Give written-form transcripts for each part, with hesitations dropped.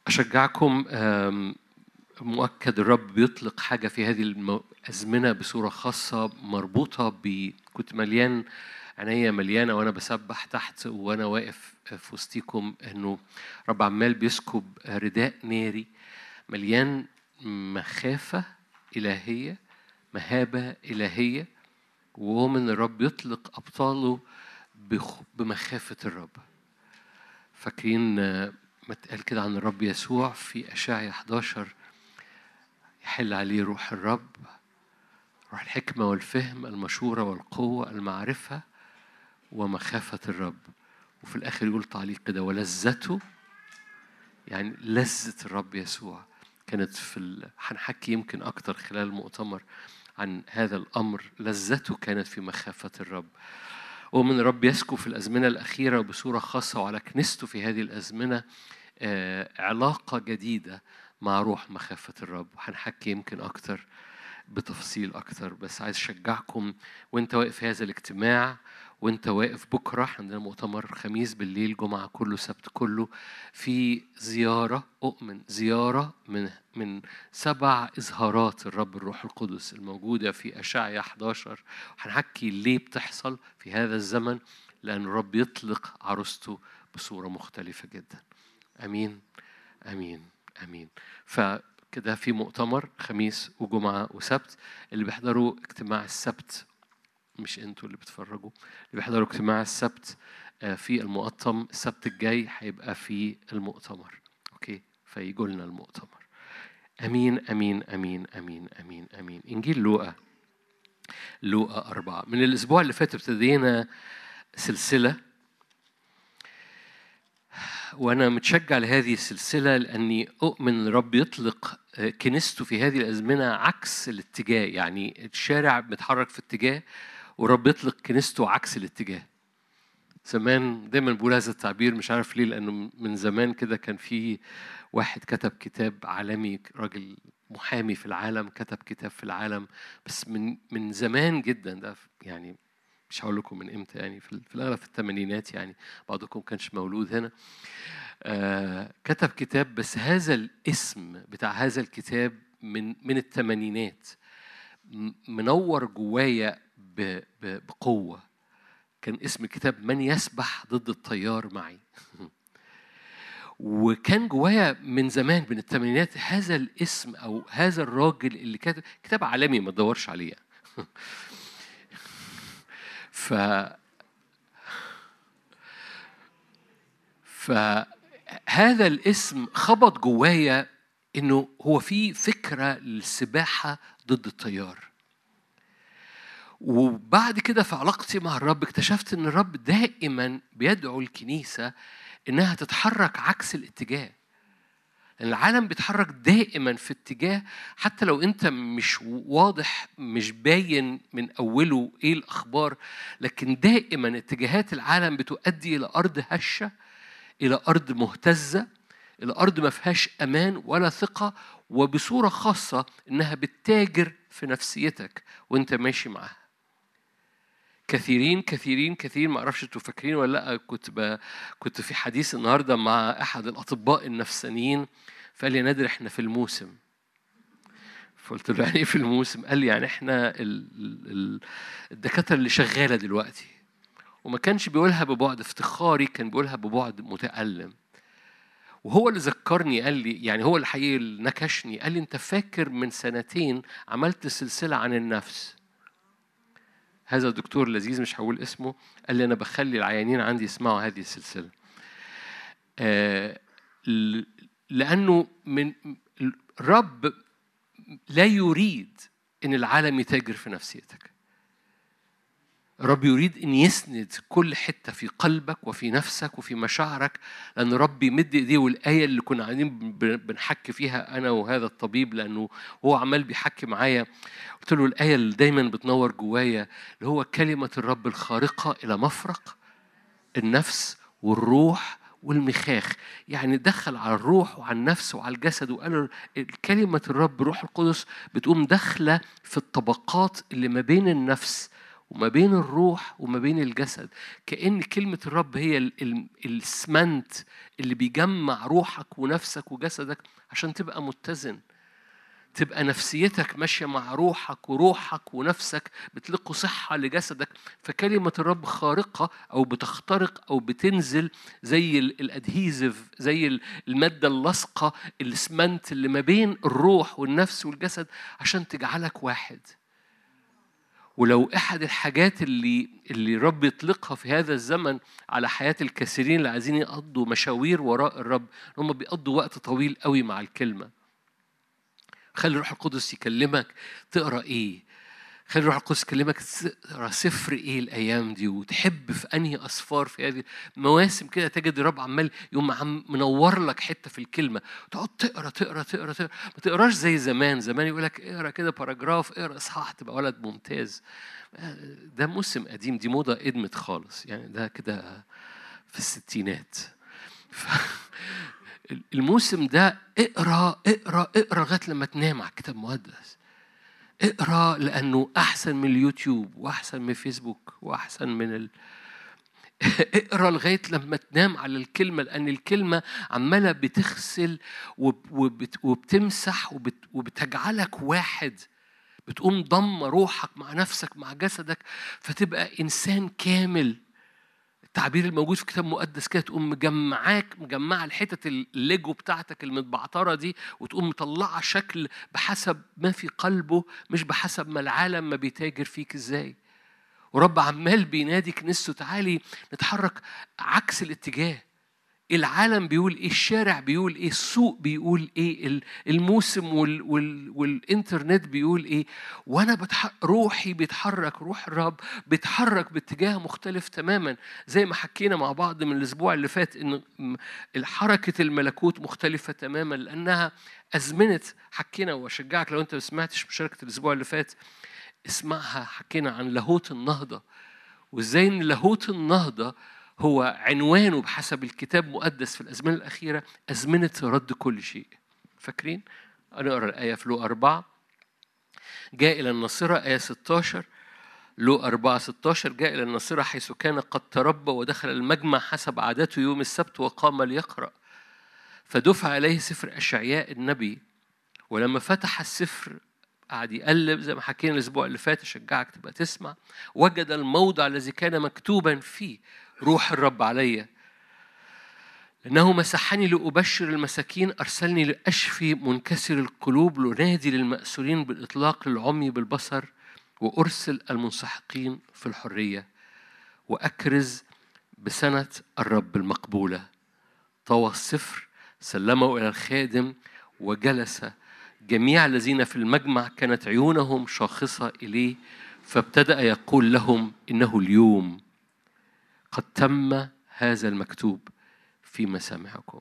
أشجعكم. مؤكد الرب بيطلق حاجة في هذه الأزمنة بصورة خاصة مربوطة كنت مليان، عينيا مليانة وأنا بسبح تحت وأنا واقف في وسطيكم، إنه رب عمال بيسكب رداء ناري مليان مخافة إلهية، مهابة إلهية، وهو من الرب يطلق أبطاله بمخافة الرب. فاكرين ما اتقال كده عن الرب يسوع في أشعياء 11: يحل عليه روح الرب، روح الحكمة والفهم، المشورة والقوة، المعرفة ومخافة الرب. وفي الآخر يقول تعليق كده: ولذته، يعني لذة الرب يسوع كانت هنحكي يمكن أكتر خلال المؤتمر عن هذا الأمر. لذته كانت في مخافة الرب. ومن الرب يسكب في الأزمنة الأخيرة بصورة خاصة وعلى كنيسته في هذه الأزمنة علاقة جديدة مع روح مخافة الرب. هنحكي يمكن أكتر بتفصيل أكتر، بس عايز أشجعكم وإنت واقف في هذا الاجتماع، وإنت واقف بكرة عندنا مؤتمر خميس بالليل، جمعة كله، سبت كله، في زيارة، أؤمن زيارة من 7 إظهارات الرب الروح القدس الموجودة في أشعياء 11. هنحكي ليه بتحصل في هذا الزمن، لأن الرب يطلق عروسته بصورة مختلفة جدا. أمين أمين أمين. فكده في مؤتمر خميس وجمعة وسبت. اللي بيحضروا اجتماع السبت، مش انتوا اللي بتفرجوا، اللي بيحضروا اجتماع السبت في المؤتمر السبت الجاي هيبقى في المؤتمر. اوكي، فيجوا لنا المؤتمر. امين امين امين امين امين امين. انجيل لوقا 4. من الاسبوع اللي فات ابتدينا سلسلة، وأنا متشجع لهذه السلسلة لأني أؤمن الرب يطلق كنيسته في هذه الأزمنة عكس الاتجاه. يعني الشارع بيتحرك في اتجاه، ورب يطلق كنيسته عكس الاتجاه. زمان دايما بقول هذا التعبير، مش عارف ليه، لأنه من زمان كده كان في واحد كتب كتاب عالمي، راجل محامي في العالم، كتب كتاب في العالم، بس من زمان جدا، ده يعني مش هقول لكم من امتى، يعني في الأغلب في الثمانينات، يعني بعضكم كانش مولود هنا. كتب كتاب، بس هذا الاسم بتاع هذا الكتاب من الثمانينات منور جوايا بقوة. كان اسم الكتاب من يسبح ضد التيار معي. وكان جوايا من زمان، من الثمانينات، هذا الاسم أو هذا الراجل اللي كتب كتاب عالمي ما تدورش عليه. فهذا الاسم خبط جوايا إنه هو في فكرة للسباحة ضد التيار. وبعد كده في علاقتي مع الرب اكتشفت إن الرب دائما بيدعو الكنيسة إنها تتحرك عكس الاتجاه. العالم بيتحرك دائما في اتجاه، حتى لو أنت مش واضح، مش باين من أوله إيه الأخبار، لكن دائما اتجاهات العالم بتؤدي إلى أرض هشة، إلى أرض مهتزة، إلى أرض ما فيهاش أمان ولا ثقة، وبصورة خاصة إنها بتتاجر في نفسيتك وإنت ماشي معها. كثيرين ما أعرفش أنتوا فاكرين ولا لأ. كنت في حديث النهاردة مع أحد الأطباء النفسانيين، فقال لي: نادر إحنا في الموسم. فقلت له: يعني إيه في الموسم؟ قال لي: يعني إحنا الدكاترة اللي شغالة دلوقتي. وما كانش بيقولها ببعد افتخاري، كان بيقولها ببعد متألم. وهو اللي ذكرني، قال لي، يعني هو الحقيقي اللي نكشني، قال لي: أنت فاكر من 2 عملت سلسلة عن النفس؟ هذا الدكتور لذيذ مش هقول اسمه، قال لي: أنا بخلي العيانين عندي يسمعوا هذه السلسلة لأنه من الرب لا يريد أن العالم يتاجر في نفسيتك. رب يريد أن يسند كل حتة في قلبك وفي نفسك وفي مشاعرك، لأن رب يمد إيديه. والآية اللي كنا قاعدين بنحكي فيها أنا وهذا الطبيب، لأنه هو عمال بيحكي معايا، قلت له الآية اللي دايما بتنور جوايا، اللي هو كلمة الرب الخارقة إلى مفرق النفس والروح والمخاخ. يعني دخل على الروح وعلى النفس وعلى الجسد، وقال كلمة الرب روح القدس بتقوم داخلة في الطبقات اللي ما بين النفس وما بين الروح وما بين الجسد. كأن كلمة الرب هي الاسمنت اللي بيجمع روحك ونفسك وجسدك عشان تبقى متزن، تبقى نفسيتك ماشية مع روحك، وروحك ونفسك بتلقوا صحة لجسدك. فكلمة الرب خارقة أو بتخترق أو بتنزل زي الأدهيزيف، زي المادة اللاصقة، الاسمنت اللي ما بين الروح والنفس والجسد عشان تجعلك واحد. ولو أحد الحاجات اللي رب يطلقها في هذا الزمن على حياة الكثيرين اللي عايزين يقضوا مشاوير وراء الرب، هم بيقضوا وقت طويل قوي مع الكلمة. خلي الروح القدس يكلمك تقرأ إيه، خلي الروح القدس يكلمك تقرأ سفر إيه الأيام دي، وتحب في أنهي أسفار في هذه مواسم كده. تجد الرب عمال يوم منور لك حتة في الكلمة، تقعد تقرأ تقرأ تقرأ تقرأ. ما تقراش زي زمان. زمان يقول لك اقرأ كده باراجراف، اقرأ إصحاح تبقى ولد ممتاز. ده موسم قديم، دي موضة قدمت خالص يعني، ده كده في الستينات. الموسم ده اقرأ اقرأ اقرأ لغاية لما تنام على الكتاب المقدس. اقرأ لأنه أحسن من اليوتيوب وأحسن من فيسبوك وأحسن من اقرأ لغاية لما تنام على الكلمة، لأن الكلمة عمالة بتغسل وبتمسح وبتجعلك واحد. بتقوم ضم روحك مع نفسك مع جسدك فتبقى إنسان كامل. التعبير الموجود في الكتاب المقدس كده، تقوم مجمعة الحتة الليجو بتاعتك المتبعترة دي، وتقوم مطلعة شكل بحسب ما في قلبه، مش بحسب ما العالم ما بيتاجر فيك ازاي. ورب عمال بينادي كنيسته تعالي نتحرك عكس الاتجاه. العالم بيقول ايه، الشارع بيقول ايه، السوق بيقول ايه، الموسم والانترنت بيقول ايه، وانا روحي بيتحرك، روح الرب بيتحرك باتجاه مختلف تماما. زي ما حكينا مع بعض من الاسبوع اللي فات ان الحركة الملكوت مختلفة تماما لانها ازمنة. حكينا واشجعك لو انت ما سمعتش مشاركة الاسبوع اللي فات اسمعها. حكينا عن لاهوت النهضة، وازاي ان لاهوت النهضة هو عنوانه بحسب الكتاب المقدس في الأزمنة الأخيرة أزمنة رد كل شيء. فاكرين؟ أنا أقرأ الآية في لوقا 4. جاء إلى الناصرة آية 16. لوقا 4:16 جاء إلى الناصرة حيث كان قد تربى ودخل المجمع حسب عادته يوم السبت وقام ليقرأ. فدفع إليه سفر أشعياء النبي، ولما فتح السفر قعد يقلب زي ما حكينا الأسبوع اللي فات، أشجعك تبقى تسمع. وجد الموضع الذي كان مكتوبا فيه روح الرب علي، لأنه مسحني لأبشر المساكين، أرسلني لأشفي منكسر القلوب، لنادي للمأسورين بالإطلاق، للعمي بالبصر، وأرسل المنسحقين في الحرية، وأكرز بسنة الرب المقبولة. طوى السفر سلمه إلى الخادم وجلس. جميع الذين في المجمع كانت عيونهم شاخصة إليه، فابتدأ يقول لهم إنه اليوم قد تم هذا المكتوب في مسامعكم.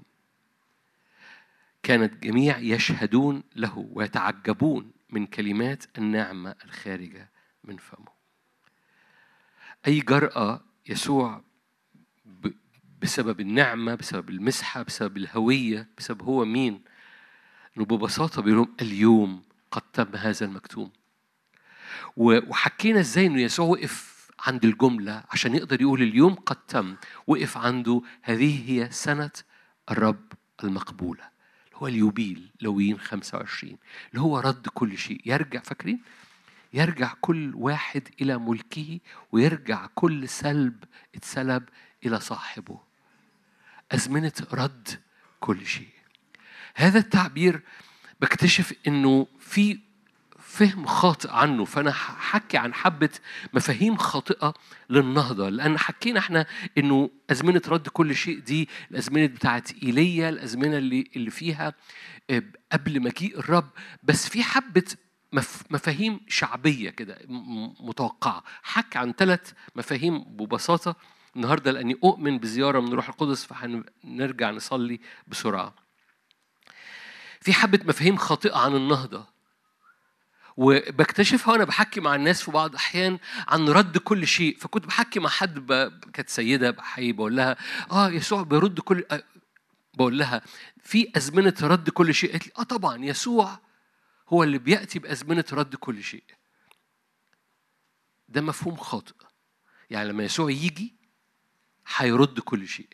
كانت جميع يشهدون له ويتعجبون من كلمات النعمة الخارجة من فمه. أي جرأة يسوع بسبب النعمة، بسبب المسحة، بسبب الهوية، بسبب هو مين، إنه ببساطة بيقولون اليوم قد تم هذا المكتوب. وحكينا إزاي إنه يسوع وقف عند الجملة عشان يقدر يقول اليوم قد تم. وقف عنده هذه هي سنة الرب المقبولة، هو اليوبيل لويين 25 اللي هو رد كل شيء. يرجع، فاكرين؟ يرجع كل واحد إلى ملكه، ويرجع كل سلب اتسلب إلى صاحبه. أزمنة رد كل شيء. هذا التعبير بكتشف إنه في فهم خاطئ عنه، فأنا حكي عن حبة مفاهيم خاطئة للنهضة. لأن حكينا إحنا إنه أزمنة رد كل شيء دي الأزمنة بتاعت إيليا، الأزمنة اللي فيها قبل مجيء الرب. بس في حبة مفاهيم شعبية كده متوقعة. حكي عن 3 مفاهيم ببساطة النهاردة لأني أؤمن بزيارة من روح القدس، فهنرجع نصلي بسرعة. في حبة مفاهيم خاطئة عن النهضة، وبكتشفها وأنا بحكي مع الناس في بعض أحيان عن رد كل شيء. فكنت بحكي مع حد كانت سيدة بحقيقي، بقول لها يسوع بيرد كل بقول لها في أزمنة رد كل شيء. قالت لي طبعا يسوع هو اللي بيأتي بأزمنة رد كل شيء. ده مفهوم خاطئ. يعني لما يسوع يجي هيرد كل شيء.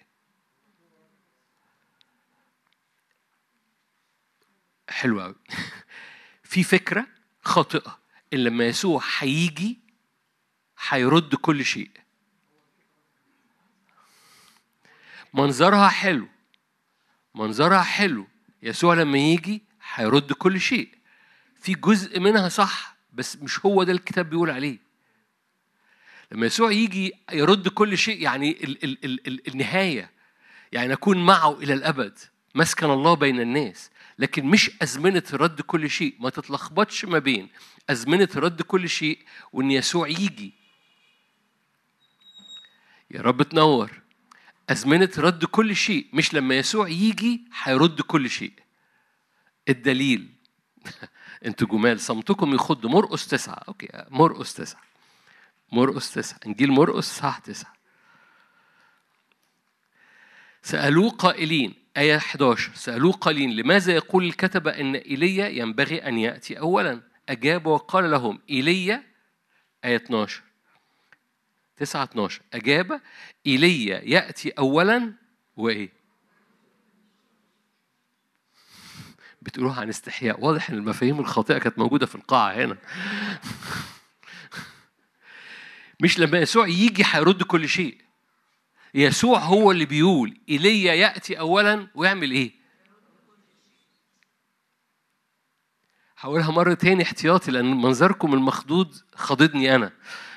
حلو قوي. في فكرة خاطئة إن لما يسوع هيجي هيرد كل شيء. منظرها حلو، منظرها حلو. يسوع لما يجي هيرد كل شيء. في جزء منها صح، بس مش هو ده الكتاب بيقول عليه. لما يسوع يجي يرد كل شيء يعني النهاية، يعني نكون معه إلى الأبد، مسكن الله بين الناس. لكن مش أزمنة رد كل شيء. ما تتلخبطش ما بين أزمنة رد كل شيء وإن يسوع يجي. يا رب تنور. أزمنة رد كل شيء مش لما يسوع يجي هيرد كل شيء. الدليل انتوا جمال، صمتكم يخض. مرقس 9. اوكي، مرقس 9. مرقس 9، انجيل مرقس صح 9. سألوه قائلين، آية 11، سألوه قائلين لماذا يقول الكتبة أن إيليا ينبغي أن يأتي أولا؟ أجاب وقال لهم إيليا، آية 12 9-12، أجاب إيليا يأتي أولا وإيه؟ بتقولوها عن استحياء. واضح أن المفاهيم الخاطئة كانت موجودة في القاعة هنا. مش لما يسوع يجي هيرد كل شيء. يسوع هو اللي بيقول إيليا يأتي أولا ويعمل إيه؟ هقولها مرة تاني احتياطي لأن منظركم المخضوض خضدني أنا.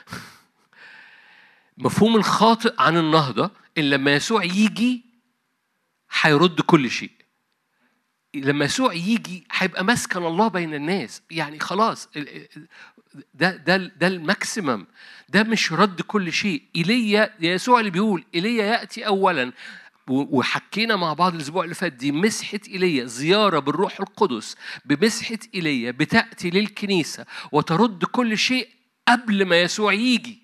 مفهوم الخاطئ عن النهضة إن لما يسوع يجي هيرد كل شيء. لما يسوع يجي هيبقى مسكن الله بين الناس. يعني خلاص ده الماكسيمم. ده مش رد كل شيء. إيليا، يسوع اللي بيقول إيليا يأتي أولا. وحكينا مع بعض الأسبوع اللي فات دي مسحة إيليا، زيارة بالروح القدس بمسحة إيليا بتأتي للكنيسة وترد كل شيء قبل ما يسوع يجي.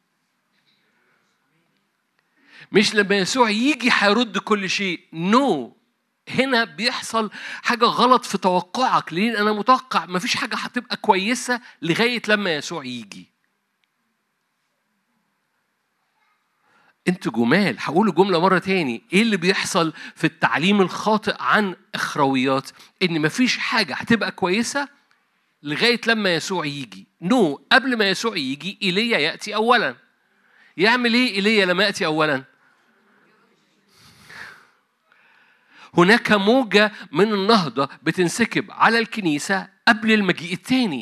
مش لما يسوع يجي هيرد كل شيء. نو. هنا بيحصل حاجة غلط في توقعك. لأن أنا متوقع مفيش حاجة هتبقى كويسة لغاية لما يسوع يجي. انتوا جمال. هقول جملة مرة تاني. ايه اللي بيحصل في التعليم الخاطئ عن اخرويات؟ ان مفيش حاجة هتبقى كويسة لغاية لما يسوع يجي. نو. قبل ما يسوع يجي إيليا يأتي أولا. يعمل ايه إيليا لما يأتي أولا؟ هناك موجة من النهضة بتنسكب على الكنيسة قبل المجيء الثاني.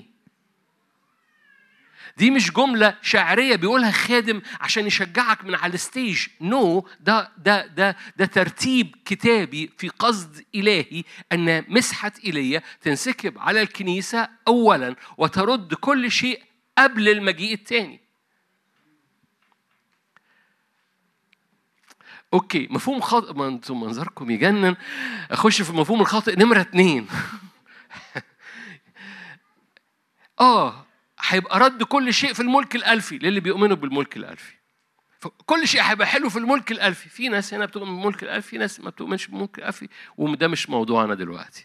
دي مش جملة شعرية بيقولها خادم عشان يشجعك من على الستيج. نو. ده ترتيب كتابي في قصد إلهي أن مسحة إيليا تنسكب على الكنيسة أولا وترد كل شيء قبل المجيء الثاني. اوكي، مفهوم خاطئ. ما انتم منظركم يجنن. اخش في المفهوم الخاطئ نمرة 2. هيبقى رد كل شيء في الملك الألفي للي بيؤمنوا بالملك الألفي. كل شيء هيبقى حلو في الملك الألفي. في ناس هنا بتؤمن بالملك الألفي، في ناس ما بتؤمنش بالملك الألفي، وده مش موضوعنا دلوقتي.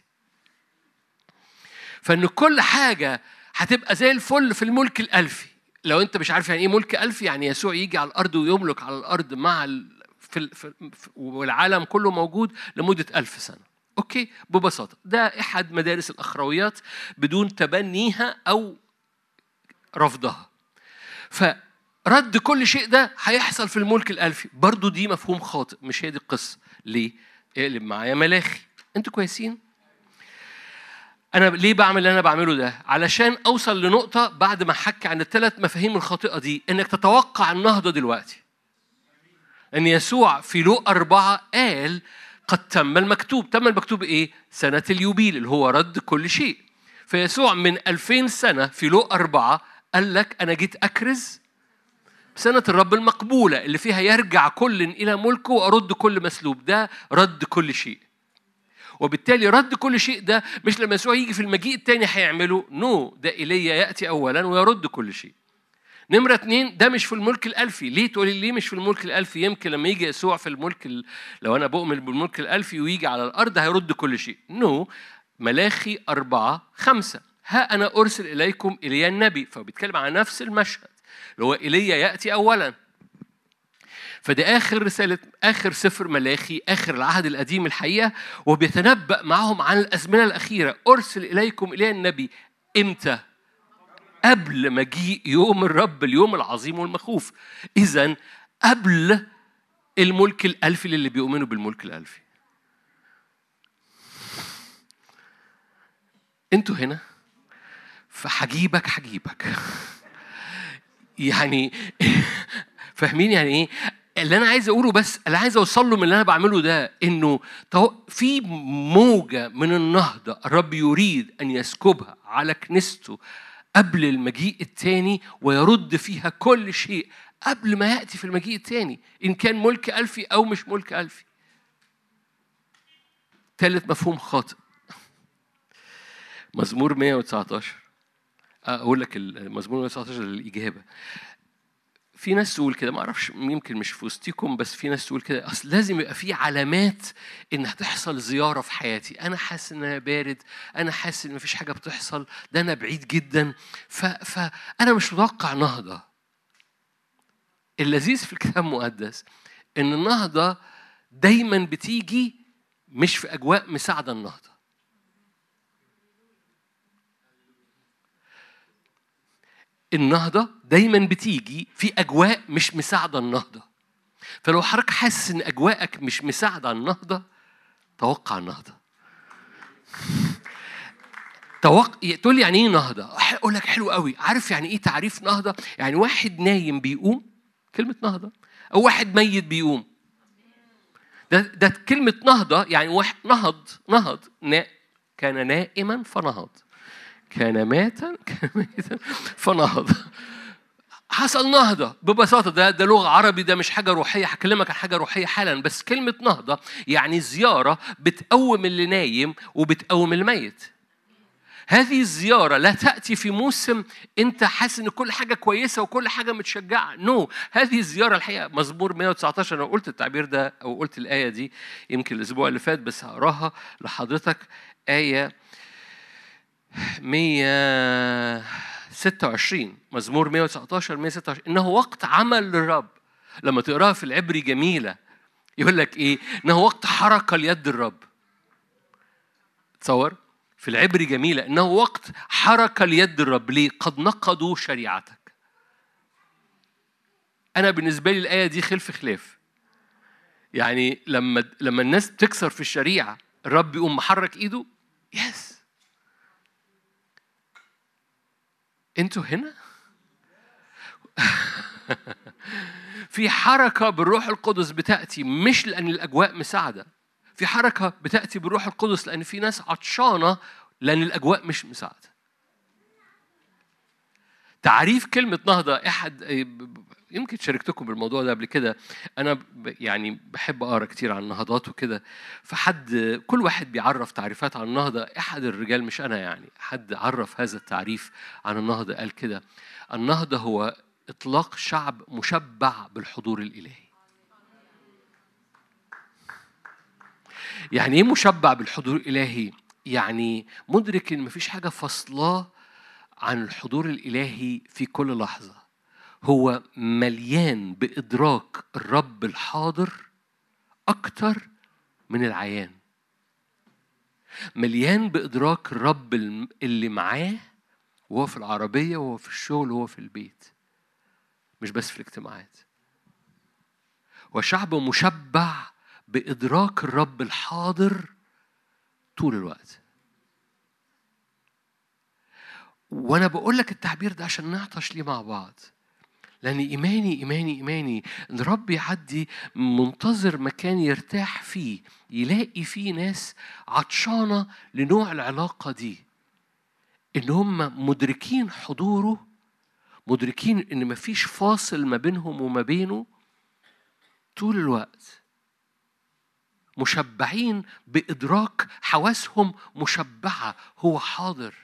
فإن كل حاجة هتبقى زي الفل في الملك الألفي. لو أنت مش عارف يعني إيه ملك ألفي، يعني يسوع يجي على الأرض ويملك على الأرض مع والعالم كله موجود لمدة 1000 سنة. أوكي، ببساطة ده أحد مدارس الأخرويات بدون تبنيها أو رفضها. فرد كل شيء ده هيحصل في الملك الألفي. برضو دي مفهوم خاطئ، مش هي دي القصة. ليه؟ اقلب معايا ملاخي. أنتوا كويسين؟ أنا ليه بعمل اللي أنا بعمله ده؟ علشان أوصل لنقطة بعد ما أحكي عن الثلاث مفاهيم الخاطئة دي، إنك تتوقع النهضة دلوقتي. أن يسوع في لوقا 4 قال قد تم المكتوب. تم المكتوب إيه؟ سنة اليوبيل اللي هو رد كل شيء. فيسوع من 2000 سنة في لوقا 4 قال لك أنا جيت أكرز سنة الرب المقبولة اللي فيها يرجع كل إلى ملكه وأرد كل مسلوب. ده رد كل شيء. وبالتالي رد كل شيء ده مش لما يسوع يجي في المجيء الثاني هيعمله. نو. ده إيليا يأتي أولا ويرد كل شيء. نمرة 2، ده مش في الملك الألفي. ليه تقولي ليه مش في الملك الألفي؟ يمكن لما يجي يسوع في الملك لو أنا بؤمن بالملك الألفي ويجي على الأرض هيرد كل شيء. نو. ملاخي 4:5 ها أنا أرسل إليكم إليا النبي. فبيتكلم عن نفس المشهد. اللي هو إيليا يأتي أولا. فده آخر رسالة، آخر سفر ملاخي، آخر العهد القديم الحقيقة، وبيتنبأ معهم عن الأزمنة الأخيرة. أرسل إليكم إليه النبي إمتى؟ قبل مجيء يوم الرب، اليوم العظيم والمخوف. إذن قبل الملك الألفي للي بيؤمنوا بالملك الألفي. أنتوا هنا فحجيبك يعني فاهمين يعني إيه؟ اللي أنا عايز أقوله، بس اللي عايز أوصل له من اللي أنا بعمله ده، إنه في موجة من النهضة الرب يريد أن يسكبها على كنيسته قبل المجيء الثاني، ويرد فيها كل شيء قبل ما يأتي في المجيء الثاني، إن كان ملك ألفي أو مش ملك ألفي. ثالث مفهوم خاطئ، مزمور 119. أقول لك المزمور 119 للإجابة. في ناس تقول كده، ما أعرفش، يمكن مش في وسطكم، بس في ناس تقول كده، أصل لازم يبقى في علامات إن هتحصل زيارة في حياتي. أنا حاسس إن أنا بارد، أنا حاسس إن مفيش حاجة بتحصل، ده أنا بعيد جدا، فأنا مش متوقع نهضة. اللذيذ في الكتاب المقدس إن النهضة دايما بتيجي مش في أجواء مساعدة النهضة. النهضة دايما بتيجي في أجواء مش مساعدة النهضة. فلو حضرتك حاسس إن أجواءك مش مساعدة النهضة، توقع النهضة. تقول لي يعني إيه نهضة؟ أقول لك حلو قوي. عارف يعني إيه تعريف نهضة؟ يعني واحد نايم بيقوم، كلمة نهضة، أو واحد ميت بيقوم. ده كلمة نهضة. يعني واحد نهض كان نائما فنهض، كان ميتا فنهض. حصل نهضة ببساطة. ده لغة عربي، ده مش حاجة روحية. هكلمك عن حاجة روحية حالا. بس كلمة نهضة يعني زيارة بتقوم اللي نايم وبتقوم الميت. هذه الزيارة لا تأتي في موسم أنت حاسس إن كل حاجة كويسة وكل حاجة متشجعة. هذه الزيارة الحقيقة. مزمور 119، أنا قلت التعبير ده أو قلت الآية دي يمكن الأسبوع اللي فات، بس هقراها لحضرتك. آية 126، مزمور 119 126. إنه وقت عمل للرب. لما تقراها في العبري جميلة، يقول لك إيه؟ إنه وقت حركة ليد الرب. تصور في العبري جميلة، إنه وقت حركة ليد الرب. ليه؟ قد نقضوا شريعتك. أنا بالنسبة لي الآية دي خلف خلاف. يعني لما الناس تكسر في الشريعة، الرب يقوم محرك إيده. يس، أنتوا هنا في حركة بالروح القدس بتأتي، مش لأن الأجواء مساعدة. في حركة بتأتي بالروح القدس لأن في ناس عطشانة، لأن الأجواء مش مساعدة. تعريف كلمة نهضة، أحد يمكن شاركتكم بالموضوع ده قبل كده. أنا يعني بحب أقرأ كتير عن النهضات وكده، كل واحد بيعرف تعريفات عن النهضة. أحد الرجال، مش أنا يعني، حد عرف هذا التعريف عن النهضة. قال كده: النهضة هو إطلاق شعب مشبع بالحضور الإلهي. يعني إيه مشبع بالحضور الإلهي؟ يعني مدرك إن مفيش حاجة فصلاه عن الحضور الإلهي في كل لحظة. هو مليان بإدراك الرب الحاضر أكتر من العيان. مليان بإدراك الرب اللي معاه، وهو في العربية وهو في الشغل وهو في البيت، مش بس في الاجتماعات. وشعب مشبع بإدراك الرب الحاضر طول الوقت. وأنا بقول لك التعبير ده عشان نعطش ليه مع بعض، لأن إيماني إن الرب يعدي منتظر مكان يرتاح فيه، يلاقي فيه ناس عطشانة لنوع العلاقة دي، إن هم مدركين حضوره، مدركين إن مفيش فاصل ما بينهم وما بينه طول الوقت، مشبعين بإدراك، حواسهم مشبعة، هو حاضر.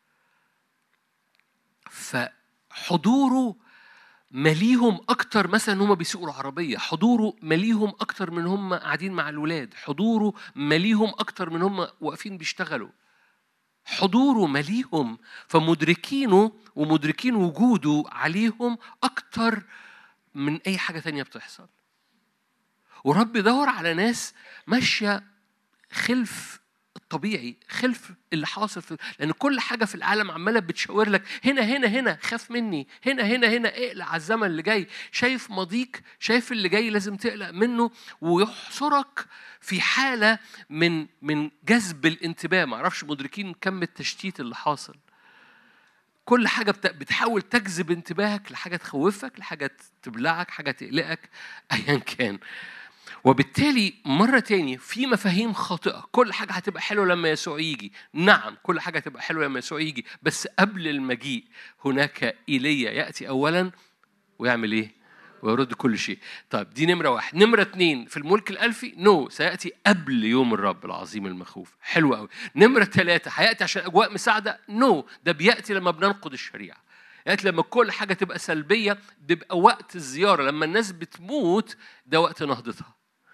فحضوره مليهم أكتر. مثلا هم بيسوقوا العربية، حضوره مليهم أكتر من هم قاعدين مع الولاد، حضوره مليهم أكتر من هم واقفين بيشتغلوا، حضوره مليهم، فمدركينه ومدركين وجوده عليهم أكتر من أي حاجة تانية بتحصل. ورب يدور على ناس ماشية خلف الطبيعي، خلف اللي حاصل لأن كل حاجة في العالم عمالة بتشاور لك هنا هنا هنا، خاف مني، هنا هنا هنا، اقلق على الزمن اللي جاي، شايف ماضيك، شايف اللي جاي لازم تقلق منه، ويحصرك في حالة من جذب الانتباه. معرفش مدركين كم التشتيت اللي حاصل. كل حاجة بتحاول تجذب انتباهك لحاجة تخوفك، لحاجة تبلعك، حاجة تقلقك، أيا كان. وبالتالي مرة تاني في مفاهيم خاطئة. كل حاجة هتبقى حلوة لما يسوع يجي. نعم كل حاجة هتبقى حلوة لما يسوع يجي، بس قبل المجيء هناك إيليا يأتي أولا ويعمل إيه؟ ويرد كل شيء. طيب دي نمرة واحد. نمرة اتنين في الملك الألفي سيأتي قبل يوم الرب العظيم المخوف. حلو قوي. نمرة ثلاثة هيأتي عشان أجواء مساعدة. ده بيأتي لما بننقض الشريعة. يأتي لما كل حاجة تبقى سلبية، بيبقى وقت الزيارة. لما الناس بتموت ده وقت نهضتها.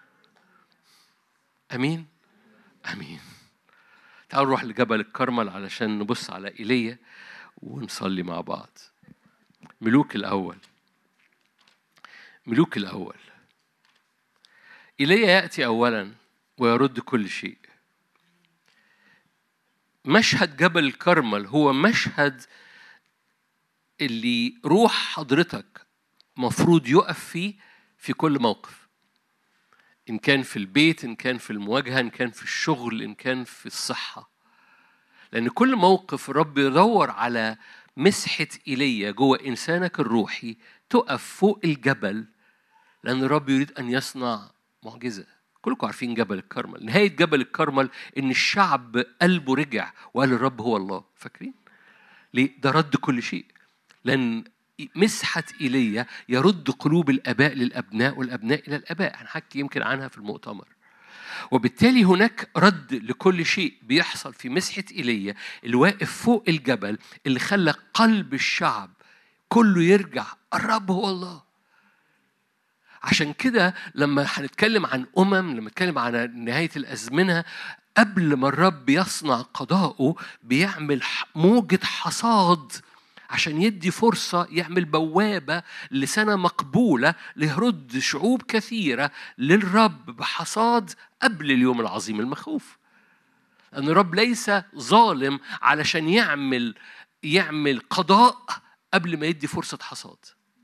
أمين أمين. تعالوا نروح لجبل الكرمل علشان نبص على إيليا ونصلي مع بعض. ملوك الأول. إيليا يأتي أولا ويرد كل شيء. مشهد جبل الكرمل هو مشهد اللي روح حضرتك مفروض يقف فيه في كل موقف، إن كان في البيت، إن كان في المواجهة، إن كان في الشغل، إن كان في الصحة. لأن كل موقف الرب يدور على مسحة إيليا جوه إنسانك الروحي تقف فوق الجبل، لأن الرب يريد أن يصنع معجزة. كلكم عارفين جبل الكرمل. نهاية جبل الكرمل إن الشعب قلبه رجع وقال الرب هو الله. فاكرين؟ ليه؟ ده رد كل شيء. لأن مسحة إيليا يرد قلوب الآباء للأبناء والأبناء إلى الآباء. هنحكي يمكن عنها في المؤتمر. وبالتالي هناك رد لكل شيء بيحصل في مسحة إيليا اللي واقف فوق الجبل، اللي خلى قلب الشعب كله يرجع الرب هو الله. عشان كده لما هنتكلم عن لما نتكلم عن نهاية الأزمنة، قبل ما الرب يصنع قضاءه بيعمل موجة حصاد عشان يدي فرصة، يعمل بوابة لسنة مقبولة ليرد شعوب كثيرة للرب بحصاد قبل اليوم العظيم المخوف. أن الرب ليس ظالم علشان يعمل قضاء قبل ما يدي فرصة حصاد.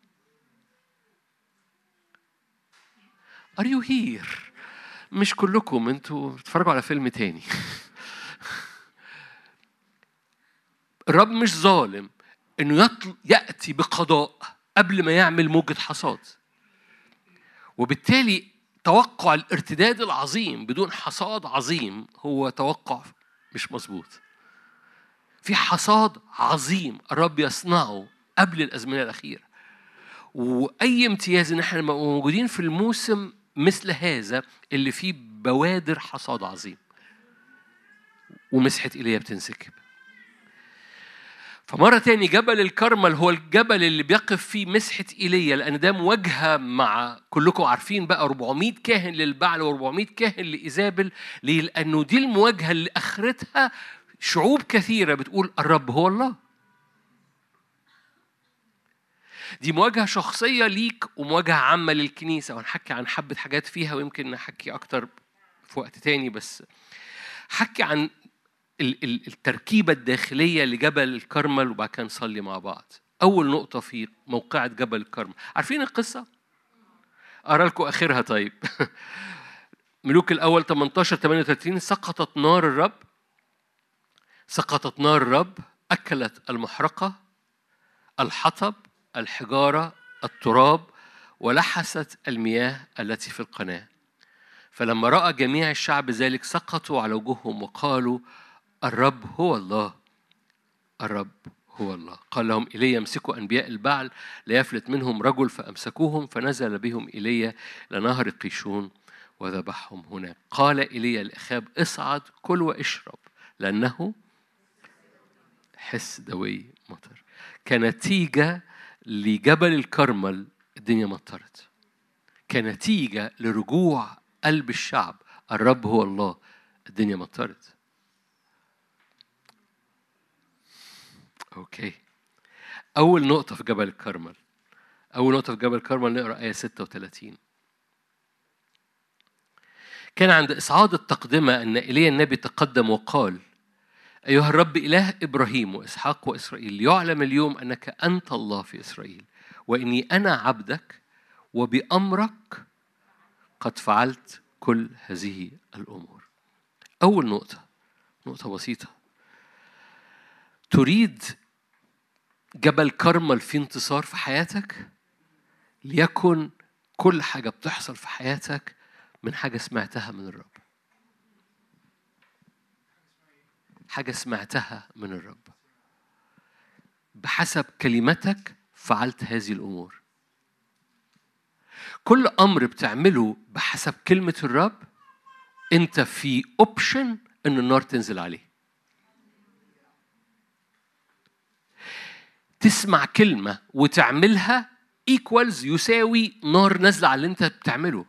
Are you here؟ مش كلكم، انتوا بتتفرجوا على فيلم تاني. الرب مش ظالم انه يأتي بقضاء قبل ما يعمل موجة حصاد. وبالتالي توقع الارتداد العظيم بدون حصاد عظيم هو توقع مش مظبوط. في حصاد عظيم الرب يصنعه قبل الأزمنة الأخيرة. وأي امتياز إن احنا موجودين في الموسم مثل هذا اللي فيه بوادر حصاد عظيم. ومسحة إيليا بتنسكب. فمرة تاني جبل الكرمل هو الجبل اللي بيقف فيه مسحة إيليا، لأن ده مواجهة مع كلكم عارفين بقى 400 كاهن للبعل و400 كاهن لإيزابل. ليه؟ لأنه دي المواجهة اللي آخرتها شعوب كثيرة بتقول الرب هو الله. دي مواجهة شخصية ليك ومواجهة عامة للكنيسة، وهنحكي عن حبة حاجات فيها ويمكن نحكي أكتر في وقت تاني. بس حكي عن التركيبة الداخلية لجبل الكرمل وبعد كده نصلي مع بعض. أول نقطة في موقعة جبل الكرمل، عارفين القصة؟ أرى لكم آخرها. طيب. ملوك الأول 18-38. سقطت نار الرب أكلت المحرقة، الحطب، الحجارة، التراب، ولحست المياه التي في القناة. فلما رأى جميع الشعب ذلك سقطوا على وجوههم وقالوا الرب هو الله، الرب هو الله. قال لهم إيليا امسكوا أنبياء البعل لا يفلت منهم رجل، فأمسكوهم فنزل بهم إيليا إلى نهر قيشون وذبحهم هناك. قال إيليا لأخاب اصعد كل واشرب لأنه حس دوي مطر. كنتيجة لجبل الكرمل الدنيا مطرت، كنتيجة لرجوع قلب الشعب الرب هو الله الدنيا مطرت. أوكي. أول نقطة في جبل الكرمل، أول نقطة في جبل الكرمل نقرأ آية 36. كان عند إصعاد التقدمة أن إيليا النبي تقدم وقال: أيها الرب إله إبراهيم وإسحاق وإسرائيل، يعلم اليوم أنك أنت الله في إسرائيل، وإني أنا عبدك، وبأمرك قد فعلت كل هذه الأمور. أول نقطة، نقطة بسيطة. تريد جبل كرمل في انتصار في حياتك؟ ليكن كل حاجة بتحصل في حياتك من حاجة سمعتها من الرب. حاجة سمعتها من الرب. بحسب كلمتك فعلت هذه الأمور. كل أمر بتعمله بحسب كلمة الرب أنت في أوبشن أن النار تنزل عليه. تسمع كلمة وتعملها equals يساوي نار نازلة على اللي أنت بتعمله.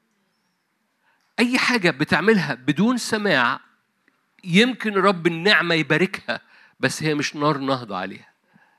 أي حاجة بتعملها بدون سماع يمكن رب النعمة يباركها، بس هي مش نار نهضة عليها.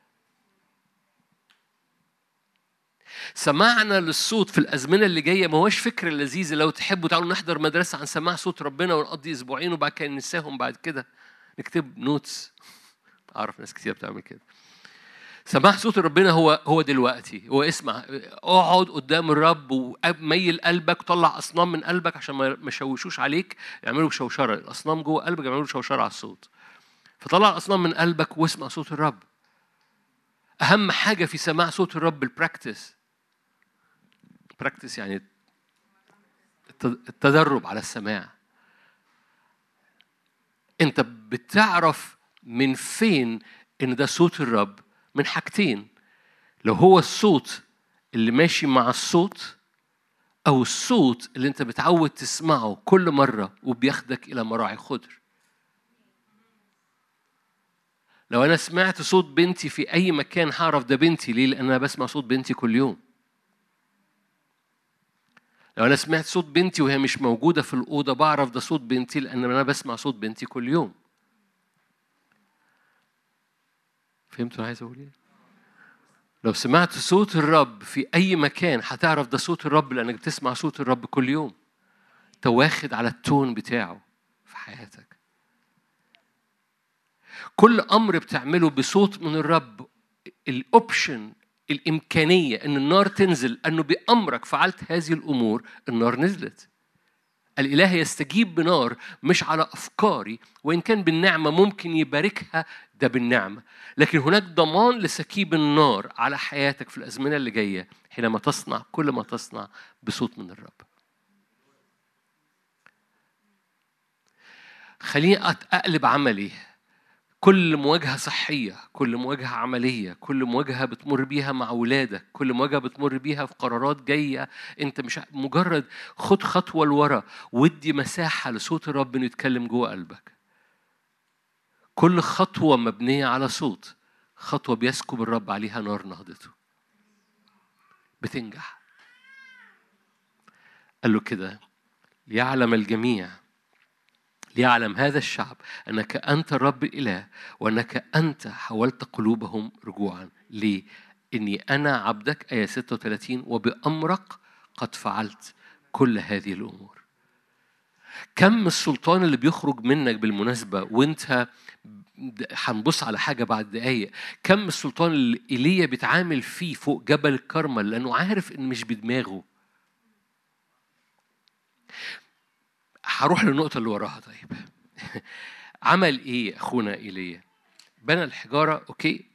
سمعنا للصوت في الأزمنة اللي جاية ما هوش فكرة لذيذة. لو تحبوا تعالوا نحضر مدرسة عن سماع صوت ربنا ونقضي أسبوعين وبعد كده ننساهم، بعد كده نكتب نوتس. أعرف ناس كتير بتعمل كده. سماع صوت ربنا هو دلوقتي، هو اسمع، اقعد قدام الرب وميل قلبك، طلع أصنام من قلبك عشان ما يشوشوش عليك، يعملوا شوشرة. الأصنام جوه قلبك يعملوا شوشرة على الصوت. فطلع الأصنام من قلبك واسمع صوت الرب. أهم حاجة في سماع صوت الرب البراكتس. براكتس يعني التدرب على السماع. أنت بتعرف من فين إن ده صوت الرب؟ من حاجتين: لو هو الصوت اللي ماشي مع الصوت، أو الصوت اللي أنت بتعود تسمعه كل مرة وبياخدك إلى مراعي خضر. لو أنا سمعت صوت بنتي في أي مكان هعرف ده بنتي. ليه؟ لأن أنا بسمع صوت بنتي كل يوم. لو أنا سمعت صوت بنتي وهي مش موجودة في الأوضة بعرف ده صوت بنتي، لأن أنا بسمع صوت بنتي كل يوم. فهمتوا أنا عايز أقول إيه؟ لو سمعت صوت الرب في أي مكان هتعرف ده صوت الرب، لأنك بتسمع صوت الرب كل يوم. أنت واخد على التون بتاعه في حياتك. كل أمر بتعمله بصوت من الرب، الأوبشن، الإمكانية أن النار تنزل، أنه بأمرك فعلت هذه الأمور، النار نزلت. الإله يستجيب بنار مش على أفكاري، وإن كان بالنعمة ممكن يباركها، ده بالنعمة. لكن هناك ضمان لسكيب النار على حياتك في الأزمنة اللي جاية حينما تصنع كل ما تصنع بصوت من الرب. خليني أقلب عملي. كل مواجهة صحية، كل مواجهة عملية، كل مواجهة بتمر بيها مع أولادك، كل مواجهة بتمر بيها في قرارات جاية، أنت مش مجرد خد خطوة لورا ودي مساحة لصوت الرب إنه يتكلم جوه قلبك. كل خطوة مبنية على صوت، خطوة بيسكب الرب عليها نار نهضته، بتنجح. قال له كده: ليعلم الجميع، ليعلم هذا الشعب أنك أنت الرب الإله، وأنك أنت حولت قلوبهم رجوعا. ليه؟ إني أنا عبدك، آية 36، وبأمرك قد فعلت كل هذه الأمور. كم السلطان اللي بيخرج منك بالمناسبة وانت هنبص على حاجة بعد دقايق. كم السلطان اللي إيليا بيتعامل فيه فوق جبل الكرمل، لأنه عارف إن مش بدماغه. هروح للنقطة اللي وراها. طيب عمل إيه أخونا إيليا؟ بنى الحجارة، أوكي.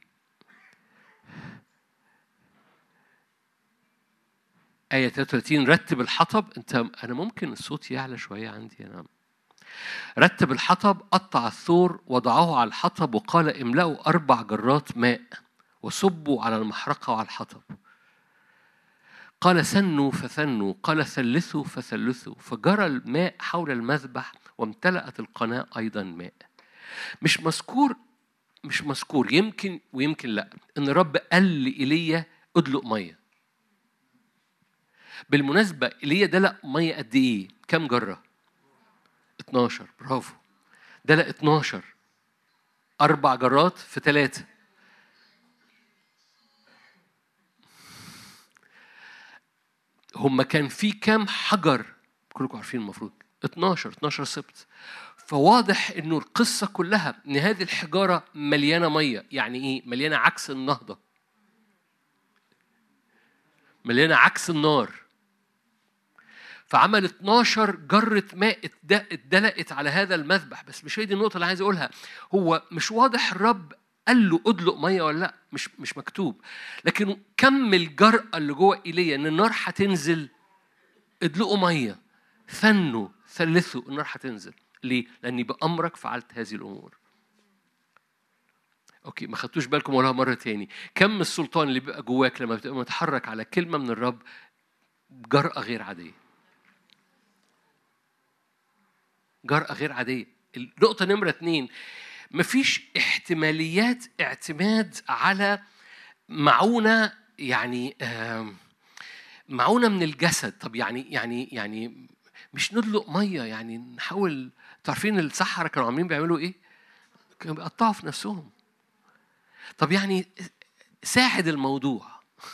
آية 33: رتب الحطب. أنا ممكن الصوت يعلى شوية عندي أنا. رتب الحطب، قطع الثور، وضعه على الحطب، وقال: املأوا 4 جرات ماء وصبوا على المحرقة وعلى الحطب. قال: سنوا فثنوا، قال: ثلثوا فثلثوا، فجرى الماء حول المذبح وامتلأت القناة أيضا ماء. مش مذكور يمكن ويمكن لا إن الرب قال لإيليا ادلق مية. بالمناسبة إيليا دلق مية قد إيه؟ كم جرة؟ 12. برافو. دلق 12. 4 جرات في 3. هم كان في كام حجر؟ كلكم عارفين المفروض 12 سبت. فواضح انه القصه كلها ان هذه الحجاره مليانه ميه. يعني ايه مليانه؟ عكس النهضه، مليانه عكس النار. فعمل 12 جرة ماء اتدلقت على هذا المذبح. بس مش هي دي النقطة اللي عايز أقولها. هو مش واضح الرب قال له أدلق مية ولا لأ، مش مكتوب. لكن كم الجرأة اللي جوه إيليا إن النار هتنزل. ادلقوا مية، ثنوا، ثلثوا، النار هتنزل. ليه؟ لأني بأمرك فعلت هذه الأمور. أوكي، ما خدتوش بالكم ولا مرة تاني؟ كم السلطان اللي بيبقى جواك لما بتبقى متحرك على كلمة من الرب؟ جرأة غير عادية، جرأة غير عادية. النقطة نمرة 2، مفيش احتماليات اعتماد على معونة. يعني معونة من الجسد. طب يعني مش ندلق مية، يعني نحاول. تعرفين السحرة كانوا عاملين بيعملوا ايه؟ كانوا بيقطعوا في نفسهم. طب يعني ساعد الموضوع،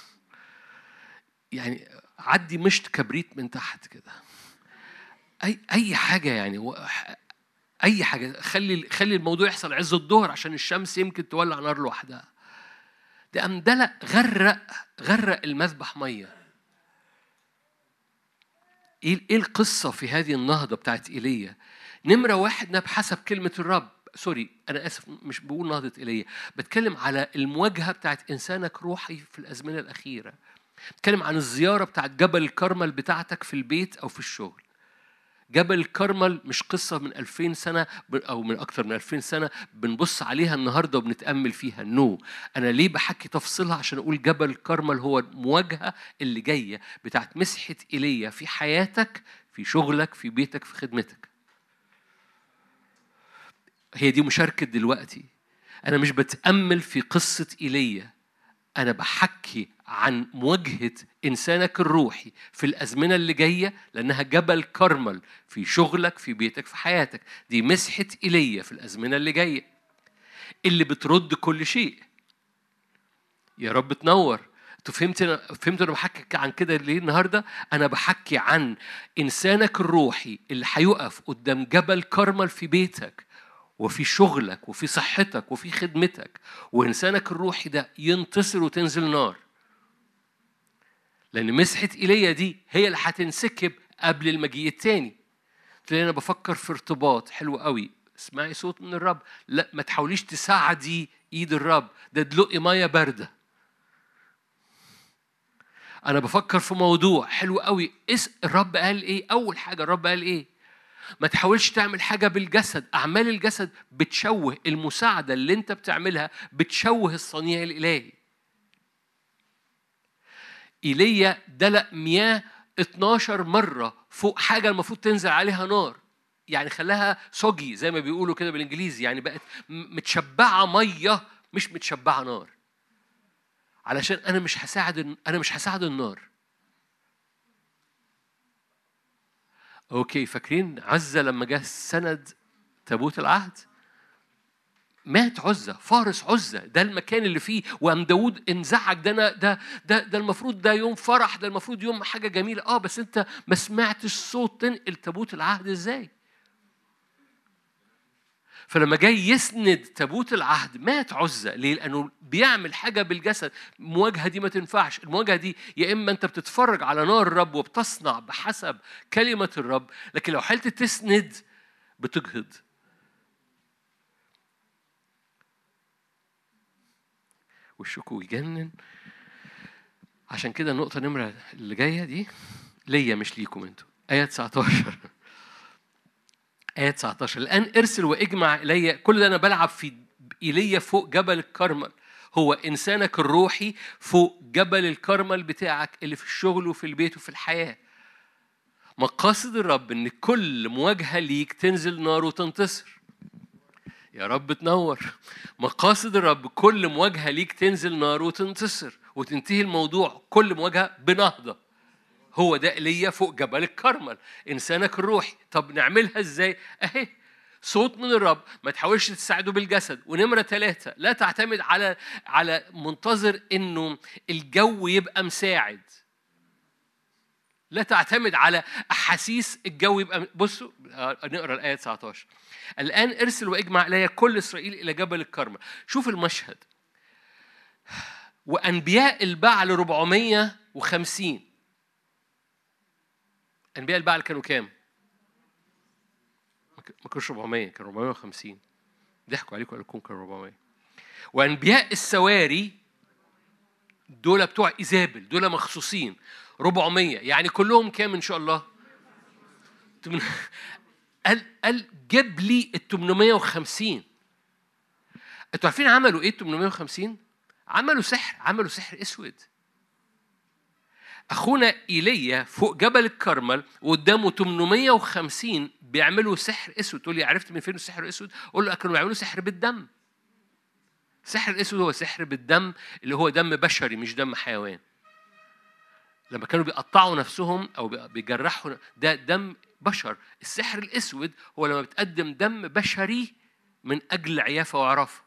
يعني عدي مشط كبريت من تحت كده، اي حاجة يعني. اي حاجه، خلي الموضوع يحصل عز الظهر عشان الشمس يمكن تولع نار لوحدها. ده قام دلق، غرق المذبح ميه. ايه القصه في هذه النهضه بتاعت ايليا؟ نمره 1 بحسب كلمه الرب. سوري انا اسف، مش بقول نهضه ايليا، بتكلم على المواجهه بتاعت انسانك روحي في الازمنه الاخيره. بتكلم عن الزياره بتاعت جبل الكرمل بتاعتك في البيت او في الشغل. جبل الكرمل مش قصة من 2000 سنة أو من أكتر من 2000 سنة بنبص عليها النهاردة وبنتأمل فيها. أنا ليه بحكي تفصيلها؟ عشان أقول جبل الكرمل هو المواجهة اللي جاية بتاعت مسحة إيليا في حياتك، في شغلك، في بيتك، في خدمتك. هي دي مشاركة دلوقتي. أنا مش بتأمل في قصة إيليا، أنا بحكي عن مواجهة إنسانك الروحي في الأزمنة اللي جاية، لأنها جبل كرمل في شغلك، في بيتك، في حياتك. دي مسحة إيليا في الأزمنة اللي جاية اللي بترد كل شيء. يا رب تنور. انتوا فهمتوا انا بحكي عن كده ليه النهارده؟ انا بحكي عن انسانك الروحي اللي هيقف قدام جبل كرمل في بيتك وفي شغلك وفي صحتك وفي خدمتك، وإنسانك الروحي ده ينتصر وتنزل نار. لأن مسحة إيليا دي هي اللي هتنسكب قبل المجيء التاني. تلاقي أنا بفكر في ارتباط حلو قوي. اسمعي صوت من الرب. لا، ما تحاوليش تساعدي إيد الرب، ده دلقي مية باردة. أنا بفكر في موضوع حلو قوي. الرب قال إيه؟ أول حاجة الرب قال إيه؟ ما تحاولش تعمل حاجة بالجسد. أعمال الجسد بتشوه المساعدة اللي أنت بتعملها، بتشوه الصنيع الإلهي. إيليا دلق مياه 12 مرة فوق حاجة المفروض تنزل عليها نار. يعني خلاها سوجي زي ما بيقولوا كده بالإنجليزي، يعني بقت متشبعة مية مش متشبعة نار. علشان أنا مش هساعد النار. أوكي، فاكرين عزة لما جه سند تابوت العهد؟ مات عزة، فارس عزة، ده المكان اللي فيه. وقام داود انزعج. ده المفروض ده يوم فرح، ده المفروض يوم حاجة جميلة. بس انت ما سمعتش صوت تنقل تابوت العهد ازاي. فلما جاي يسند تابوت العهد مات عزة. ليه؟ لأنه بيعمل حاجة بالجسد. المواجهة دي ما تنفعش. المواجهة دي يا إما أنت بتتفرج على نار الرب وبتصنع بحسب كلمة الرب، لكن لو حالة تسند بتجهض. والشكو يجنن. عشان كده النقطة نمرة اللي جاية دي ليا مش ليكم انتوا. آية 19. آية 19: الآن ارسل واجمع إلي كل ده. أنا بلعب في إيليا فوق جبل الكرمل. هو إنسانك الروحي فوق جبل الكرمل بتاعك اللي في الشغل وفي البيت وفي الحياة. مقاصد الرب إن كل مواجهة ليك تنزل نار وتنتصر. يا رب تنور. مقاصد الرب كل مواجهة ليك تنزل نار وتنتصر وتنتهي الموضوع. كل مواجهة بنهضة. هو ده إيليا فوق جبل الكرمل، إنسانك الروحي. طب نعملها إزاي؟ أهي صوت من الرب. ما تحاولش تساعده بالجسد. ونمرة 3، لا تعتمد على منتظر إنه الجو يبقى مساعد. لا تعتمد على أحاسيس الجو. يبقى بصوا نقرأ الآية 19. الآن ارسل واجمع إلي كل إسرائيل إلى جبل الكرمل. شوف المشهد. وأنبياء البعل 450. أنبياء البعل كانوا كام؟ ما كانوش 400، كانوا 450. ضحكوا عليكم قالوا لكم كانوا 400. وأنبياء السواري دول بتوع إيزابل، دول مخصوصين 400. يعني كلهم كام إن شاء الله؟ قال جاب لي ال 850. انتوا عارفين عملوا ايه ال 850؟ عملوا سحر اسود. اخونا ايليا فوق جبل الكرمل وقدامه 850 بيعملوا سحر اسود. تقول لي عرفت من فين السحر الاسود؟ اقول له كانوا بيعملوا سحر بالدم. السحر الاسود هو سحر بالدم، اللي هو دم بشري مش دم حيوان. لما كانوا بيقطعوا نفسهم او بيجرحوا، ده دم بشر. السحر الاسود هو لما بتقدم دم بشري من اجل عيافه وعرافه.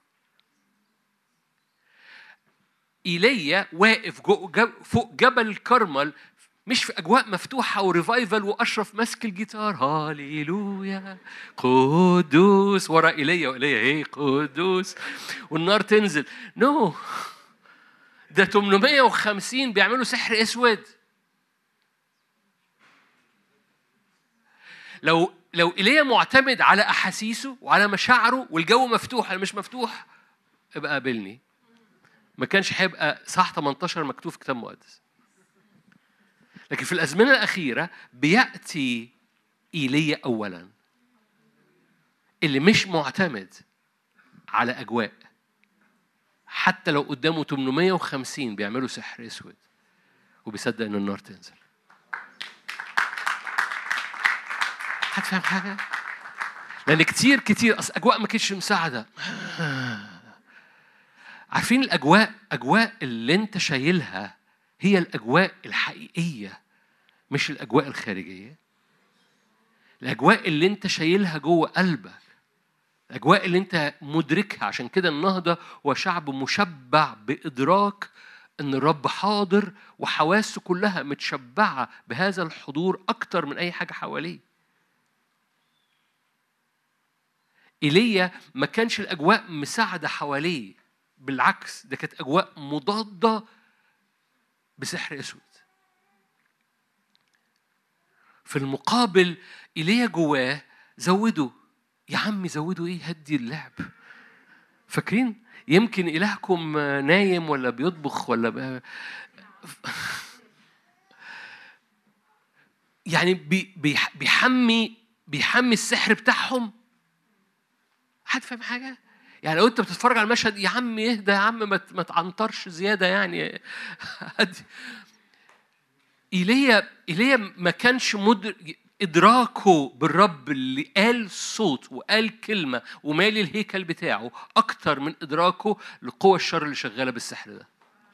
ايليا واقف فوق جبل الكرمل، مش في اجواء مفتوحه وريفايفل واشرف ماسك الجيتار هاليلويا قدوس ورا ايليا، وايليا هي قدوس والنار تنزل. نو ده 850 بيعملوا سحر اسود. لو ايليا معتمد على احاسيسه وعلى مشاعره والجو مفتوح، انا مش مفتوح، ابقى قابلني. ما كانش هيبقى صح 18 مكتوب في كتاب مقدس. لكن في الازمنه الاخيره بياتي ايليا اولا، اللي مش معتمد على اجواء، حتى لو قدامه 850 بيعملوا سحر اسود وبيصدق ان النار تنزل. هتفهم حاجه؟ لان كتير اصل اجواء ما كانتش مساعده. عارفين اجواء اللي انت شايلها هي الاجواء الحقيقيه، مش الاجواء الخارجيه. الاجواء اللي انت شايلها جوه قلبك، الاجواء اللي انت مدركها. عشان كده النهضه هو شعب مشبع بادراك ان الرب حاضر، وحواسه كلها متشبعه بهذا الحضور اكتر من اي حاجه حواليه. ايليا ما كانش الاجواء مساعده حواليه، بالعكس ده كانت اجواء مضاده بسحر اسود. في المقابل ايليا جواه زودوا، يا عمي زودوا ايه؟ هدي اللعب. فاكرين يمكن إلهكم نايم ولا بيطبخ ولا يعني بيحمي السحر بتاعهم. حد فاهم حاجة؟ يعني لو أنت بتتفرج على المشهد، يا عم اهدى، يا عم ما تعنطرش زيادة يعني. إيليا ما كانش إدراكه بالرب اللي قال صوت وقال كلمة ومالي الهيكل بتاعه أكتر من إدراكه لقوى الشر اللي شغالة بالسحر ده.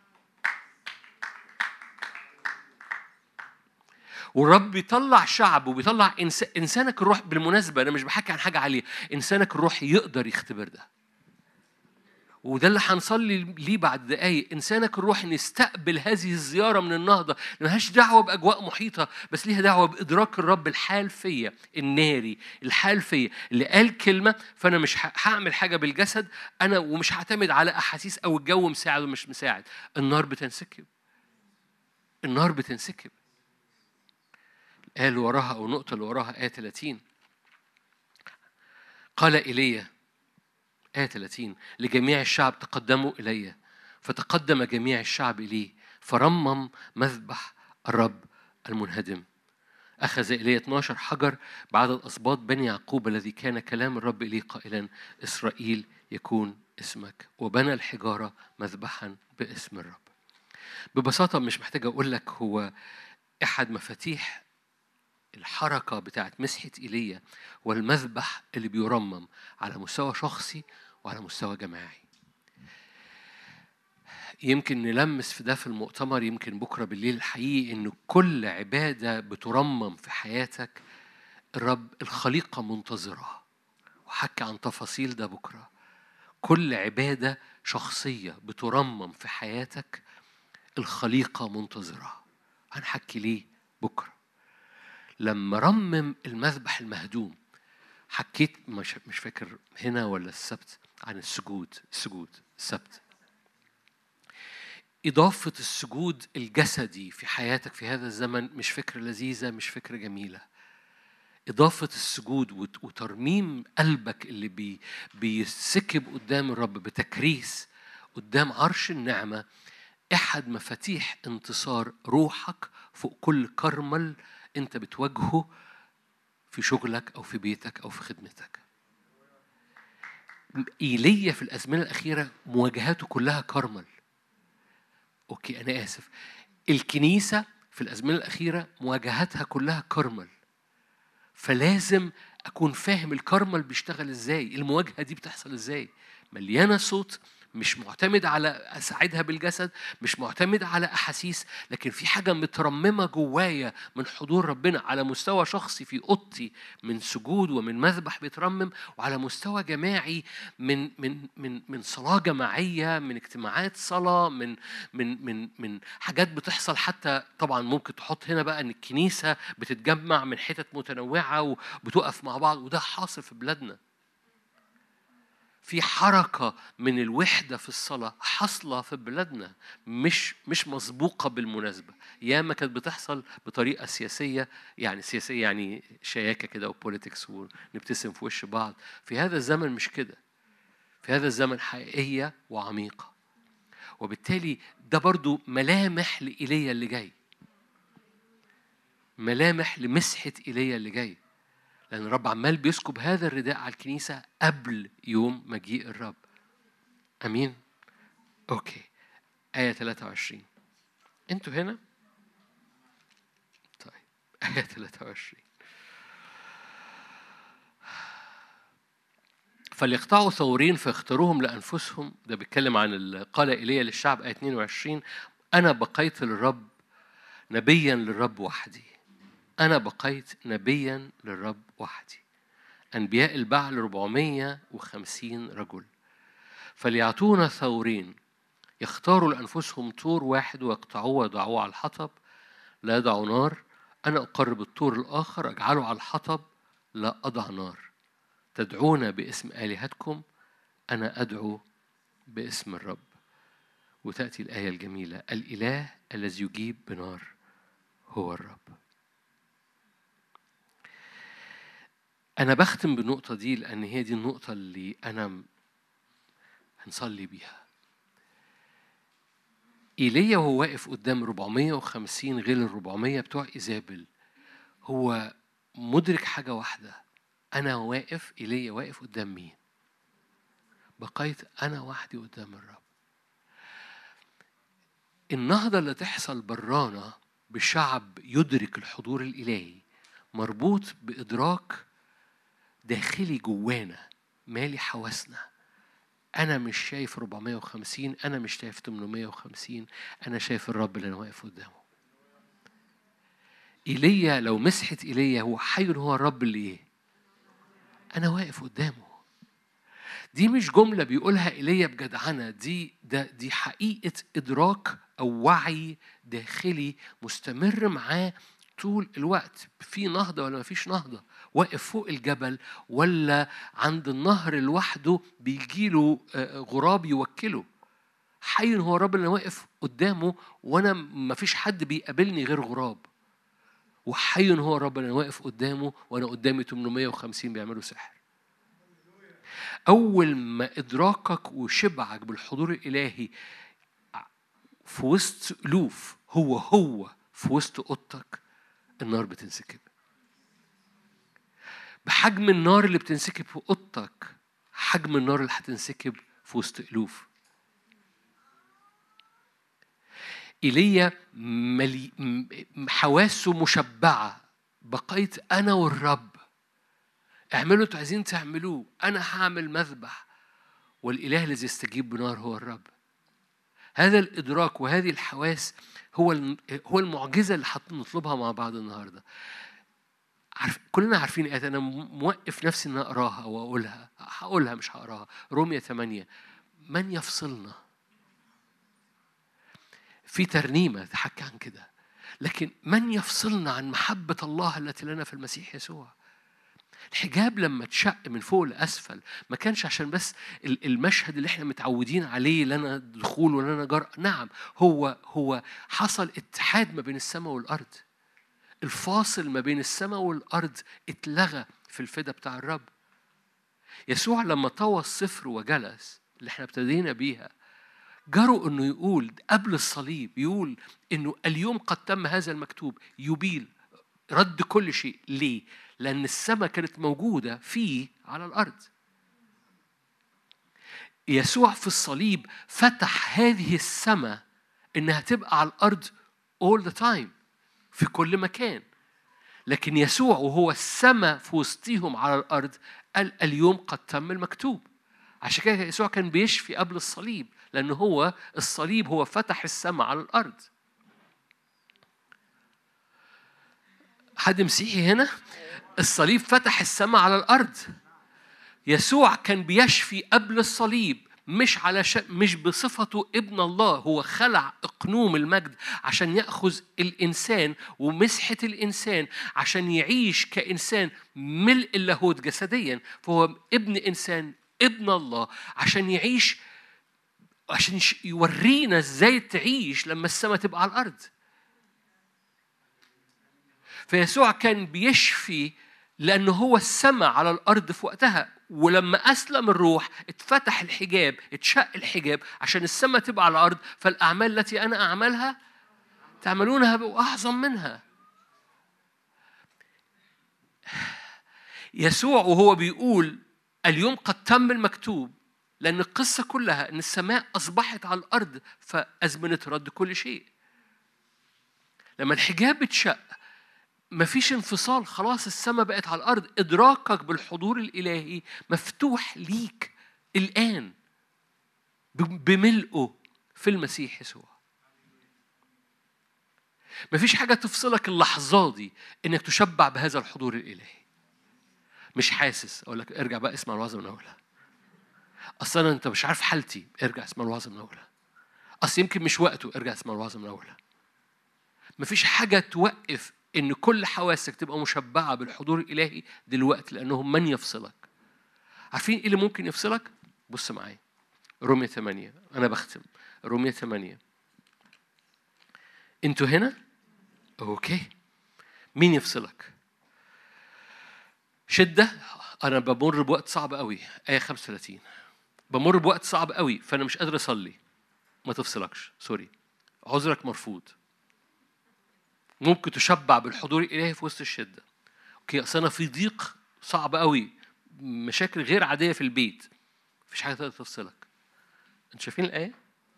والرب بيطلع شعب وبيطلع إنسانك الروح. بالمناسبة أنا مش بحكي عن حاجة عالية، إنسانك الروح يقدر يختبر ده، وده اللي هنصلي ليه بعد دقايق. إنسانك الروح نستقبل هذه الزيارة من النهضة، ملهاش دعوة بأجواء محيطة، بس ليها دعوة بإدراك الرب الحال فيا الناري، الحال فيا اللي قال كلمة. فأنا مش هعمل حاجة بالجسد أنا، ومش هعتمد على أحاسيس أو الجو مساعد ومش مساعد. النار بتنسكب، النار بتنسكب. الآية اللي وراها أو النقطة اللي وراها آية 30. قال إيليا آية 30 لجميع الشعب تقدموا إلي، فتقدم جميع الشعب إليه فرمم مذبح الرب المنهدم. أخذ إليه 12 حجر بعدد أسباط بني يعقوب الذي كان كلام الرب إليه قائلا إسرائيل يكون اسمك، وبنى الحجارة مذبحا باسم الرب. ببساطة مش محتاج أقول لك، هو أحد مفاتيح الحركة بتاعت مسحة إيليا والمذبح اللي بيرمم على مستوى شخصي وعلى مستوى جماعي. يمكن نلمس في ده في المؤتمر، يمكن بكرة بالليل. الحقيقي إن كل عبادة بترمم في حياتك الرب الخليقة منتظرة، وحكي عن تفاصيل ده بكرة. كل عبادة شخصية بترمم في حياتك الخليقة منتظرة، هنحكي ليه بكرة. لما رمم المذبح المهدوم. حكيت مش فاكر هنا ولا السبت عن السجود السبت. إضافة السجود الجسدي في حياتك في هذا الزمن مش فكرة لذيذة، مش فكرة جميلة. إضافة السجود وترميم قلبك اللي بيسكب قدام الرب بتكريس قدام عرش النعمة، أحد مفاتيح انتصار روحك فوق كل كرمل أنت بتواجهه في شغلك أو في بيتك أو في خدمتك. إيليا في الأزمنة الأخيرة مواجهاته كلها كرمل. أوكي أنا آسف. الكنيسة في الأزمنة الأخيرة مواجهاتها كلها كرمل. فلازم أكون فاهم الكرمل بيشتغل إزاي، المواجهة دي بتحصل إزاي. مليانة صوت، مش معتمد على أساعدها بالجسد، مش معتمد على أحاسيس، لكن في حاجة مترممة جوايا من حضور ربنا على مستوى شخصي في أوضتي من سجود ومن مذبح بيترمم، وعلى مستوى جماعي من صلاة جماعية، من اجتماعات صلاة، من حاجات بتحصل. حتى طبعا ممكن تحط هنا بقى إن الكنيسة بتتجمع من حتت متنوعة وبتقف مع بعض، وده حاصل في بلادنا. في حركة من الوحدة في الصلاة حاصلة في بلادنا، مش مسبوقة بالمناسبة. ياما كانت بتحصل بطريقة سياسية، يعني سياسية يعني شياكة كده وبوليتكس ونبتسم في وش بعض. في هذا الزمن مش كده. في هذا الزمن حقيقية وعميقة. وبالتالي ده برضو ملامح لإيليا اللي جاي، ملامح لمسحة إيليا اللي جاي، لأن الرب عمال بيسكب هذا الرداء على الكنيسة قبل يوم مجيء الرب. أمين؟ أوكي. آية 23. أنتوا هنا؟ طيب. آية 23. فليقطعوا ثورين فاختاروهم لأنفسهم. ده بيتكلم عن قال إيليا للشعب. آية 22. أنا بقيت للرب نبيا للرب وحدي. أنا بقيت نبيا للرب وحدي. أنبياء البعل 450 رجل. فليعطونا ثورين، يختاروا لأنفسهم طور واحد ويقطعوه ويضعوه على الحطب، لا يضعوا نار. أنا أقرب الطور الآخر أجعله على الحطب، لا أضع نار. تدعون باسم آلهتكم، أنا أدعو باسم الرب. وتأتي الآية الجميلة: الإله الذي يجيب بنار هو الرب. أنا بختم بالنقطة دي لأن هي دي النقطة اللي أنا هنصلي بيها. إيليا وهو واقف قدام 450 غير 400 بتوع إيزابل، هو مدرك حاجة واحدة: أنا واقف، إيليا واقف قدام مين؟ بقيت أنا وحدي قدام الرب. النهضة اللي تحصل برانا بشعب يدرك الحضور الإلهي مربوط بإدراك داخلي جوانا مالي حواسنا. أنا مش شايف 450، أنا مش شايف 850، أنا شايف الرب اللي أنا واقف قدامه. إيليا لو مسحت إيليا هو حي، هو الرب اللي إيه؟ أنا واقف قدامه. دي مش جملة بيقولها إيليا بجدعنة، دي حقيقة إدراك أو وعي داخلي مستمر معاه طول الوقت. في نهضة ولا ما فيش نهضة؟ واقف فوق الجبل ولا عند النهر لوحده بيجيله غراب يوكله؟ حي هو الرب اللي أنا واقف قدامه، وأنا ما فيش حد بيقابلني غير غراب. وحي هو الرب اللي أنا واقف قدامه وأنا قدامي 850 بيعملوا سحر. أول ما إدراكك وشبعك بالحضور الإلهي في وسط ألوف، هو في وسط أوضتك، النار بتنسكب بحجم النار اللي بتنسكب في أوضتك، حجم النار اللي هتنسكب في وسط ألوف. إيليا حواسه مشبعة. بقيت أنا والرب، اعملوا انتوا عايزين تعملوه، أنا هعمل مذبح، والإله الذي يستجيب بنار هو الرب. هذا الإدراك وهذه الحواس هو المعجزة اللي هنطلبها مع بعض النهاردة. كلنا عارفين آيات، أنا موقف نفسي إن أقراها أو أقولها، هقولها مش هقراها. رومية 8: من يفصلنا؟ في ترنيمة تحكي عن كده. لكن من يفصلنا عن محبة الله التي لنا في المسيح يسوع؟ الحجاب لما اتشق من فوق لأسفل ما كانش عشان بس المشهد اللي احنا متعودين عليه، لنا دخول ولنا جرأة. نعم، هو حصل اتحاد ما بين السماء والأرض. الفاصل ما بين السماء والأرض اتلغى في الفدا بتاع الرب. يسوع لما طوى الصفر وجلس اللي احنا ابتدينا بيها، جرؤ انه يقول قبل الصليب، يقول انه اليوم قد تم هذا المكتوب، يبيل رد كل شيء. ليه؟ لأن السماء كانت موجودة فيه على الأرض. يسوع في الصليب فتح هذه السماء إنها تبقى على الأرض all the time، في كل مكان. لكن يسوع وهو السماء في وسطهم على الأرض قال اليوم قد تم المكتوب. عشان كده يسوع كان بيشفي قبل الصليب، لأن هو الصليب هو فتح السماء على الأرض. حد مسيحي هنا؟ الصليب فتح السماء على الأرض. يسوع كان بيشفي قبل الصليب، مش بصفته ابن الله. هو خلع اقنوم المجد عشان يأخذ الإنسان ومسحة الإنسان عشان يعيش كإنسان ملء اللاهوت جسديا. فهو ابن إنسان، ابن الله، عشان يعيش، عشان يورينا ازاي تعيش لما السماء تبقى على الأرض. فيسوع كان بيشفي لأنه هو السماء على الأرض في وقتها. ولما أسلم الروح اتفتح الحجاب، اتشق الحجاب عشان السماء تبقى على الأرض. فالأعمال التي أنا أعملها تعملونها وأعظم منها. يسوع وهو بيقول اليوم قد تم المكتوب، لأن القصة كلها أن السماء أصبحت على الأرض، فأزمنة رد كل شيء. لما الحجاب اتشق مفيش انفصال، خلاص السماء بقت على الأرض. إدراكك بالحضور الإلهي مفتوح ليك الآن بملئه في المسيح يسوع. مفيش حاجة تفصلك اللحظة دي إنك تشبع بهذا الحضور الإلهي. مش حاسس، أقول لك ارجع بقى اسمع الوعظة من أولها. أصلا أنت مش عارف حالتي، ارجع اسمع الوعظة من أولها. أصل يمكن مش وقته، ارجع اسمع الوعظة من أولها. مفيش حاجة توقف إن كل حواسك تبقى مشبعة بالحضور الإلهي دلوقتي، لأنه من يفصلك. عارفين إيه اللي ممكن يفصلك؟ بص معايا رومية 8. أنا بختم رومية 8. أنتوا هنا؟ أوكي. مين يفصلك؟ شدة. أنا بمر بوقت صعب قوي. آية 35. بمر بوقت صعب قوي فأنا مش قادر أصلي. ما تفصلكش، سوري، عذرك مرفوض. ممكن تشبع بالحضور الإلهي في وسط الشدة. أوكي، أصل أنا في ضيق صعب قوي، مشاكل غير عادية في البيت. مفيش حاجة تقدر تفصلك. أنتوا شايفين الآية؟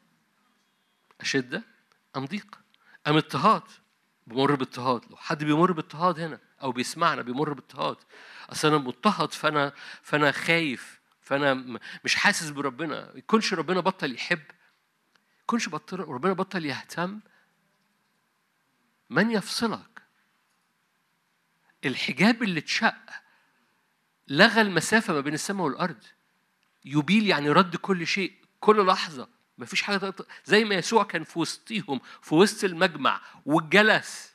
أشدة أم ضيق أم اضطهاد. بمر باضطهاد. لو حد بيمر باضطهاد هنا أو بيسمعنا بيمر باضطهاد، أصل أنا مضطهد فأنا خايف، فأنا مش حاسس بربنا. يكونش ربنا بطل يحب، يكونش ربنا بطل يهتم. من يفصلك؟ الحجاب اللي اتشق لغى المسافة ما بين السماء والأرض. يبيل يعني رد كل شيء، كل لحظة. ما فيش حاجة زي ما يسوع كان في وسطهم في وسط المجمع وجلس.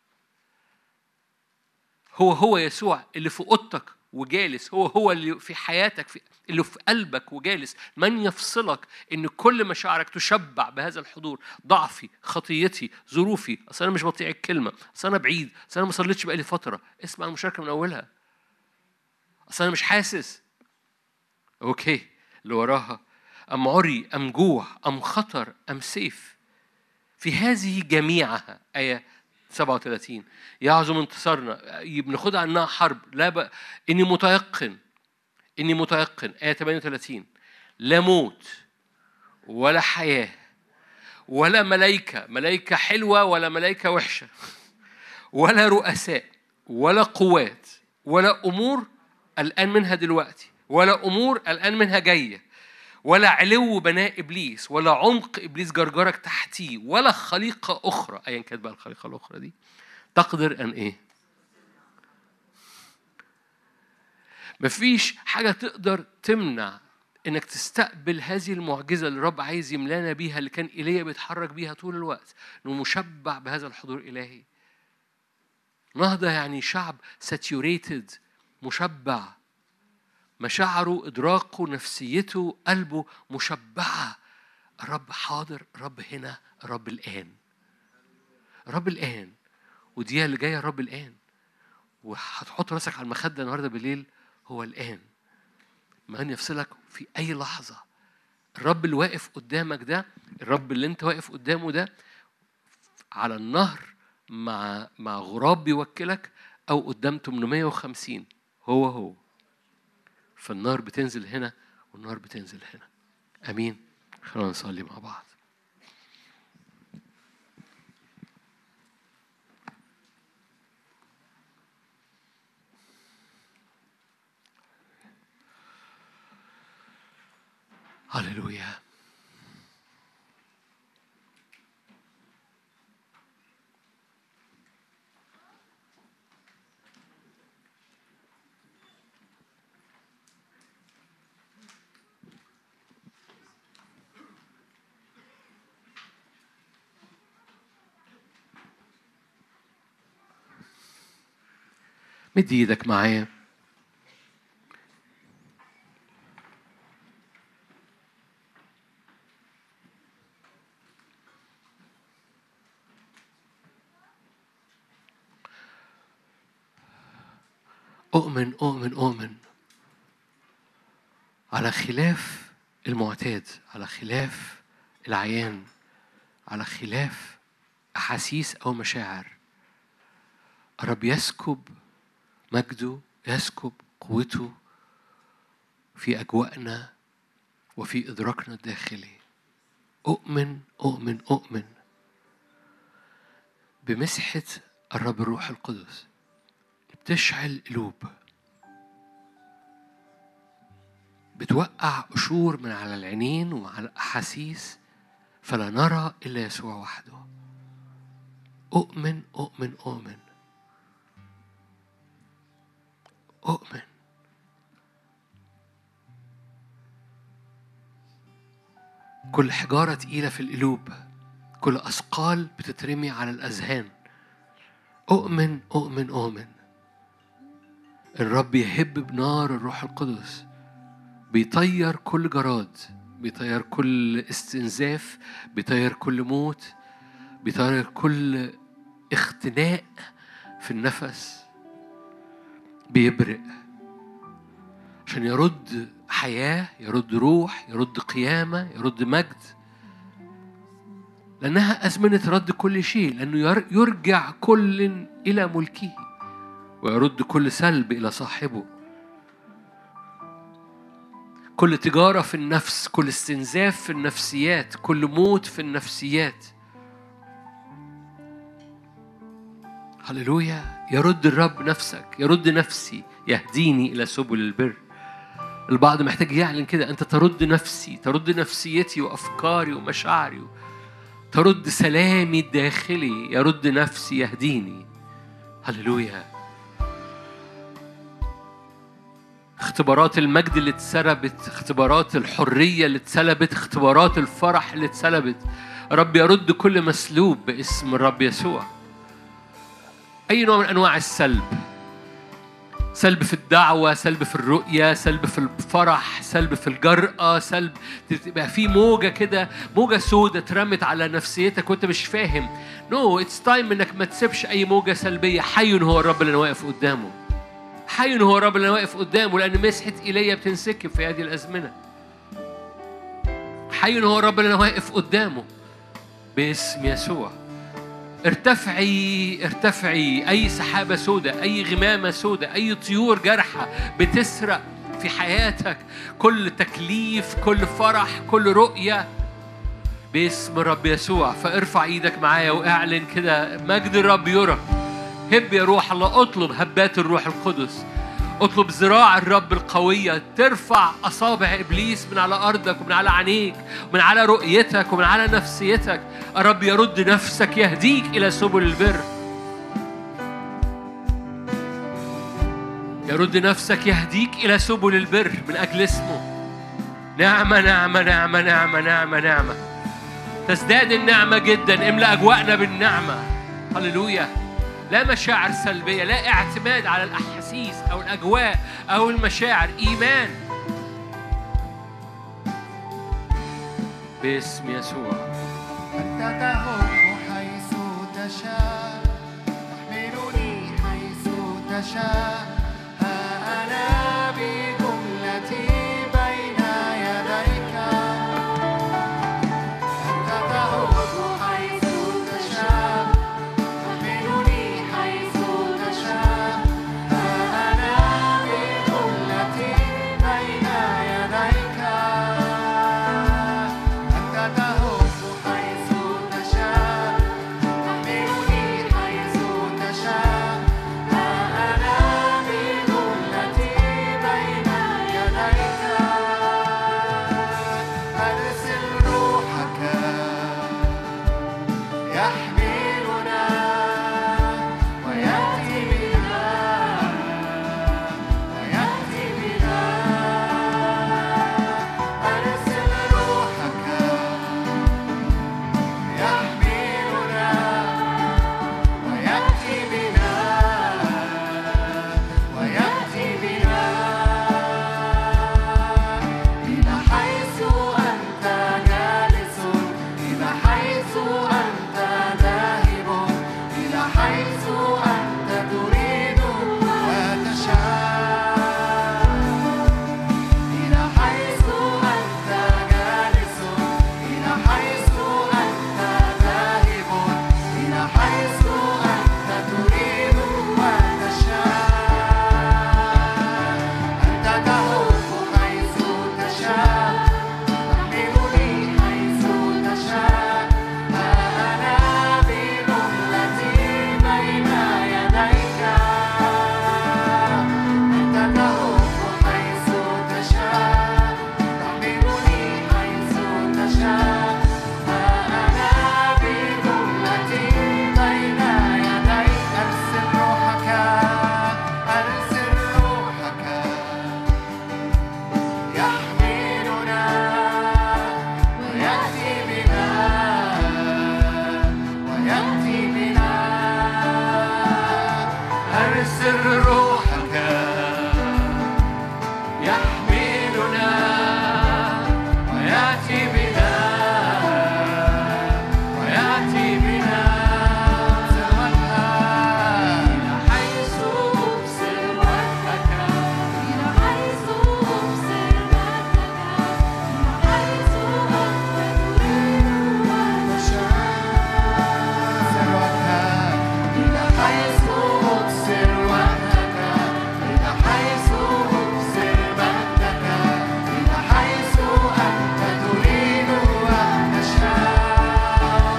هو يسوع اللي في أوضتك وجالس، هو اللي في حياتك، اللي في قلبك وجالس. من يفصلك إن كل مشاعرك تشبع بهذا الحضور؟ ضعفي، خطيتي، ظروفي، أصل أنا مش بطيع الكلمة، أصل أنا بعيد، أصل أنا ما صليتش بقالي فترة. اسمع المشاركة من أولها. أصل أنا مش حاسس. أوكي، اللي وراها. أم عري أم جوع أم خطر أم سيف، في هذه جميعها آية 37 يعظم انتصارنا. بناخدها عنها حرب. لا إني متيقن آية 38 لا موت ولا حياة ولا ملائكة حلوة ولا ملائكة وحشة ولا رؤساء ولا قوات ولا أمور الآن منها دلوقتي ولا أمور الآن منها جاية ولا علو بناء إبليس ولا عمق إبليس جرجرك تحتيه ولا خليقة أخرى، أيا كانت بقى الخليقة الأخرى دي، تقدر أن إيه؟ مفيش حاجة تقدر تمنع إنك تستقبل هذه المعجزة اللي الرب عايز يملانا بيها، اللي كان إيليا بيتحرك بيها طول الوقت، إنه مشبع بهذا الحضور الإلهي. نهضة يعني شعب saturated، مشبع، مشاعره، إدراكه، نفسيته، قلبه مشبعة. الرب حاضر، الرب هنا، الرب الآن، الرب الآن. ودي اللي جاية، الرب الآن. وهتحط راسك على المخدة النهاردة بالليل، هو الآن، ما أن يفصلك في أي لحظة. الرب اللي واقف قدامك ده، الرب اللي انت واقف قدامه ده، على النهر مع غراب بيوكلك، أو قدام 850، هو فالنار بتنزل هنا والنار بتنزل هنا. أمين. خلونا نصلي مع بعض. هللويا. مد ايدك معايا. أؤمن على خلاف المعتاد، على خلاف العيان، على خلاف أحاسيس أو مشاعر. الرب يسكب مجده، يسكب قوته في أجواءنا وفي إدراكنا الداخلي. أؤمن بمسحة الرب الروح القدس بتشعل قلوب، بتوقع قشور من على العينين وعلى الأحاسيس، فلا نرى إلا يسوع وحده. أؤمن. كل حجارة تقيلة في القلوب، كل أثقال بتترمي على الأذهان. أؤمن. الرب يهب بنار الروح القدس، بيطير كل جراد، بيطير كل استنزاف، بيطير كل موت، بيطير كل اختناق في النفس، بيبرق عشان يرد حياة، يرد روح، يرد قيامة، يرد مجد. لأنها أزمنة رد كل شيء، لأنه يرجع كل إلى ملكه ويرد كل سلب إلى صاحبه. كل تجارة في النفس، كل استنزاف في النفسيات، كل موت في النفسيات. هللويا. يرد الرب نفسك، يرد نفسي، يهديني إلى سبل البر. البعض محتاج يعلن كده: أنت ترد نفسي، ترد نفسيتي وأفكاري ومشاعري، ترد سلامي الداخلي، يرد نفسي، يهديني. هللويا. اختبارات المجد اللي اتسلبت، اختبارات الحرية اللي اتسلبت، اختبارات الفرح اللي اتسلبت، رب يرد كل مسلوب باسم الرب يسوع. أي نوع من أنواع السلب، سلب في الدعوة، سلب في الرؤية، سلب في الفرح، سلب في الجرأة، سلب تبقى في موجة كده، موجة سودة اترمت على نفسيتك وانت مش فاهم. اتس تايم انك ما تسيبش اي موجة سلبية. حي هو الرب اللي انا واقف قدامه، حي هو الرب اللي انا واقف قدامه، لان مسحة ايليا بتنسكب في هذه الازمنة. حي هو الرب اللي انا واقف قدامه باسم يسوع. ارتفعي أي سحابة سودة، أي غمامة سودة، أي طيور جرحة بتسرق في حياتك كل تكليف، كل فرح، كل رؤية باسم الرب يسوع. فارفع ايدك معايا واعلن كده: مجد الرب يرى. هب يا روح الله، اطلب هبات الروح القدس، اطلب ذراع الرب القوية ترفع أصابع إبليس من على أرضك ومن على عينيك ومن على رؤيتك ومن على نفسيتك. الرب يرد نفسك، يهديك إلى سبل البر. يرد نفسك، يهديك إلى سبل البر من أجل اسمه. نعمة نعمة نعمة نعمة نعمة نعمة. تزداد النعمة جدا. املأ أجواءنا بالنعمة. هللويا. لا مشاعر سلبية، لا اعتماد على الأحاسيس أو الأجواء أو المشاعر. إيمان باسم يسوع. أنت تهب حيث تشاء، تحملني حيث تشاء. ها أنا بجملتي بين يديك. أنت تهب حيث تشاء، تحملني حيث تشاء. ها أنا بجملتي بين يديك. أنت تهب حيث تشاء، تحملني حيث تشاء. ها أنا بجملتي بين يديك. أرسل روحك يحملنا ويأتي بنا، ويأتي بنا. أرسل روحك يحملنا ويأتي بنا، ويأتي بنا إلى حيث أنت جالس، إلى حيث أنت ذاهب، إلى حيث أنت تريد وتشاء. إلى حيث أنت جالس، إلى حيث أنت ذاهب، إلى حيث أنت تريد وتشاء. أنت تهب حيث تشاء، تحملني حيث تشاء. ها أنا بجملتي بين يديك. أنت تهب حيث تشاء، تحملني حيث تشاء. ها أنا بجملتي بين يديك. أرسل روحك، أرسل روحك يحملنا ويأتي بنا، ويأتي بنا. أرسل روحك يحملنا ويأتي بنا، ويأتي بنا. إلى حيث أبصر وجهك، إلى حيث أبصر وجهك، إلى حيث أنت تريد وتشاء. إلى حيث أبصر وجهك، إلى حيث أبصر مجدك، إلى حيث أنت تريد وتشاء.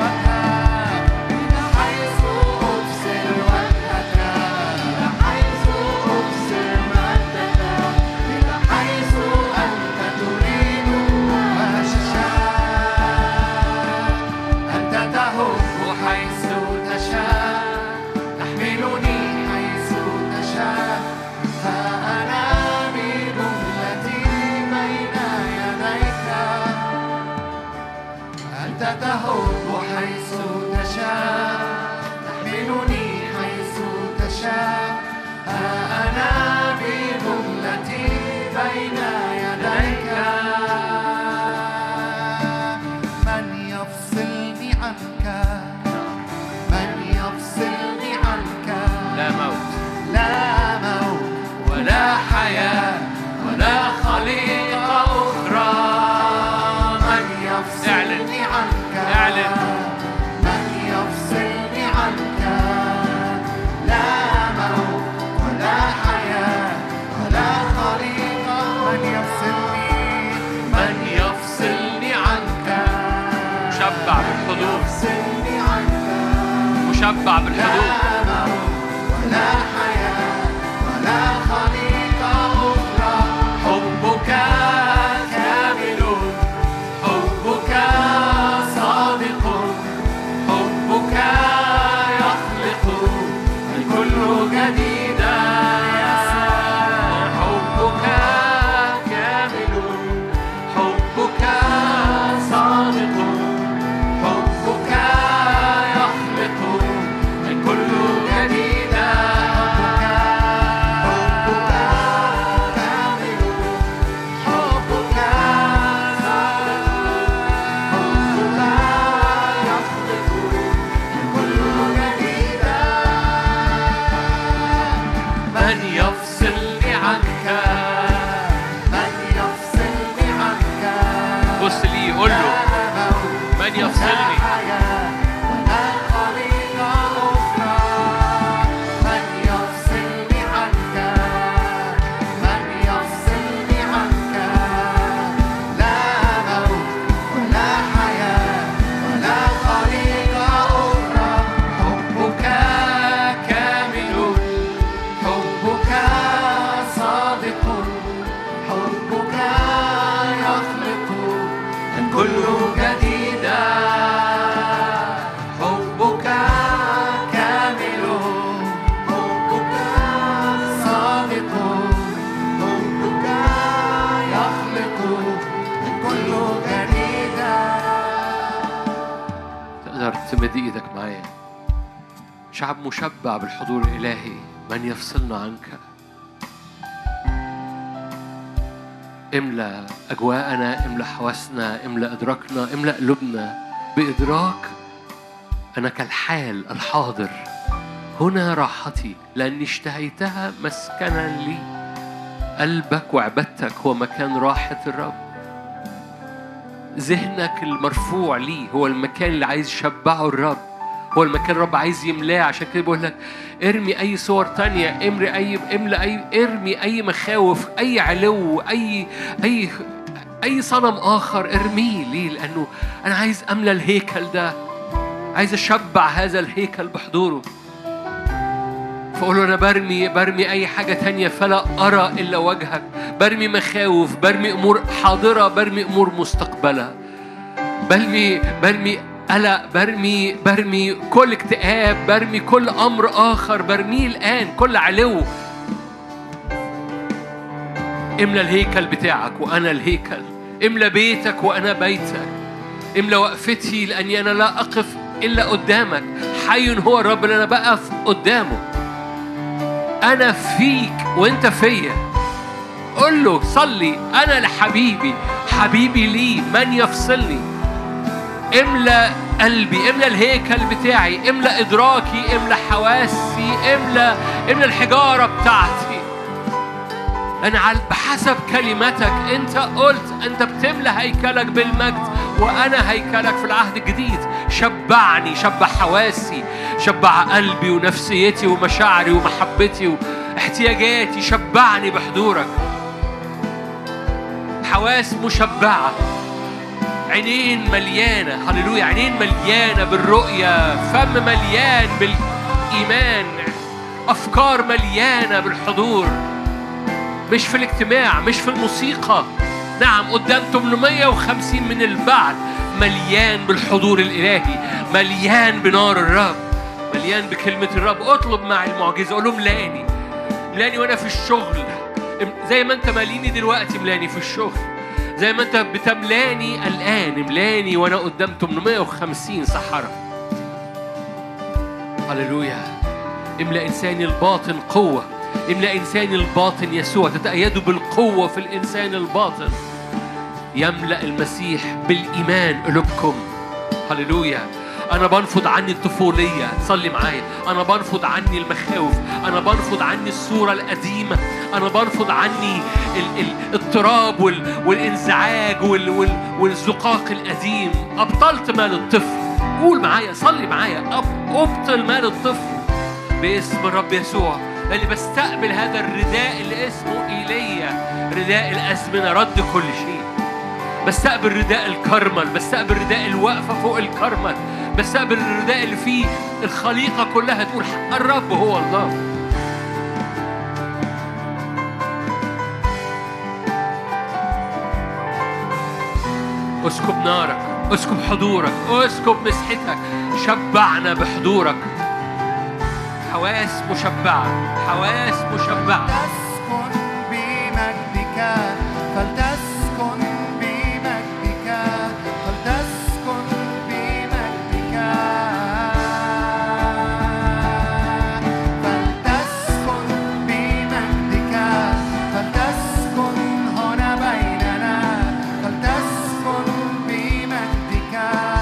إلى حيث أبصر وجهك، إلى حيث أبصر مجدك، إلى حيث أنت تريد وتشاء. أنت تهب حيث تشاء، تحملني حيث تشاء. ها أنا بجملتي بين يديك. أنت تهب حيث تشاء، تحملني حيث تشاء. ها أنا بجملتي بين يديك. من يفصلني عنك، من يفصلني عنك. لا موت لا موت ولا حياة ولا خليقة أخرى. من يفصلني عنك، اعلن. من يفصلني عنك. لا موت ولا حياة ولا خليقة. من يفصلني، من يفصلني عنك. مشبع بالحضور، يفصلني عنك. مشبع بالحضور. لا موت ولا حياة ولا خليقة أخرى. حبك كامل، حبك صادق، حبك يخلق الكل جديدا. حبك كامل، قول له من يفصلني. تمد ايدك معايا. شعب مشبع بالحضور الالهي. من يفصلنا عنك. املأ اجواءنا، املأ حواسنا، املأ ادراكنا، املأ قلوبنا بادراك انك الحال الحاضر. هنا راحتي لاني اشتهيتها مسكنا لي. قلبك وعبادتك هو مكان راحة الرب. ذهنك المرفوع ليه هو المكان اللي عايز يشبعه الرب، هو المكان الرب عايز يملاه. عشان كده بقول لك ارمي اي صور تانية، ارمي اي مخاوف، اي علو، اي صنم اخر ارميه. ليه؟ لانه انا عايز املى الهيكل ده، عايز اشبع هذا الهيكل بحضوره. فقول له انا برمي اي حاجة تانية فلا ارى الا وجهك. برمي مخاوف، برمي امور حاضرة، برمي امور مستقبلة، برمي قلق، برمي كل اكتئاب، برمي كل امر اخر، برميه الان. كل علو. املى الهيكل بتاعك وانا الهيكل. املى بيتك وانا بيتك. املى وقفتي لاني انا لا اقف الا قدامك. حي هو الرب اللي انا بقف قدامه. انا فيك وانت فيا. قل له صلي انا لحبيبي، حبيبي لي. من يفصلني. املى قلبي، املى الهيكل بتاعي، املى ادراكي، املى حواسي، املى الحجاره بتاعتي. انا بحسب كلمتك انت قلت انت بتملى هيكلك بالمجد وانا هيكلك في العهد الجديد. شبعني، شبع حواسي، شبع قلبي ونفسيتي ومشاعري ومحبتي واحتياجاتي. شبعني بحضورك. حواس مشبعة، عينين مليانة، هللويا، عينين مليانة بالرؤية، فم مليان بالإيمان، أفكار مليانة بالحضور. مش في الاجتماع، مش في الموسيقى، نعم قدام 850 من البعد. مليان بالحضور الإلهي، مليان بنار الرب، مليان بكلمة الرب. اطلب مع المعجزة، قول له ملاني وأنا في الشغل. زي ما أنت ماليني دلوقتي ملاني في الشغل، زي ما أنت بتملاني الآن ملاني وأنا قدام 850 سحرة. هللويا. املأ إنساني الباطن قوة، املأ إنساني الباطن يسوع. تتأيدوا بالقوة في الإنسان الباطن. يملأ المسيح بالإيمان قلوبكم. هللويا. أنا بنفض عني الطفولية. صلي معايا. أنا بنفض عني المخاوف، أنا بنفض عني الصورة القديمة، أنا بنفض عني الاضطراب والانزعاج والزقاق القديم. أبطلت مال الطفل. قول معايا، صلي معايا. أبطل مال الطفل باسم الرب يسوع. لأني بستقبل هذا الرداء اللي اسمه إيليا، رداء الأزمنة، رد كل شيء. بستقبل رداء الكرمل، بستقبل رداء الوقفة فوق الكرمل، بستقبل الرداء اللي فيه الخليقة كلها تقول الرب هو الله. اسكب نارك، اسكب حضورك، اسكب مسحتك. شبعنا بحضورك. حواس مشبعة، حواس مشبعة. تسكن بمجدك، فلتسكن بمجدك، فلتسكن بمجدك، فلتسكن بمجدك، فلتسكن هنا بيننا، فلتسكن بمجدك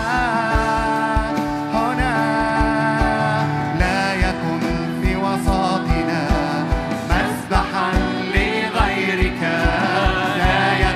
هنا. لا يكن في وسطنا مسبحا لغيرك، لا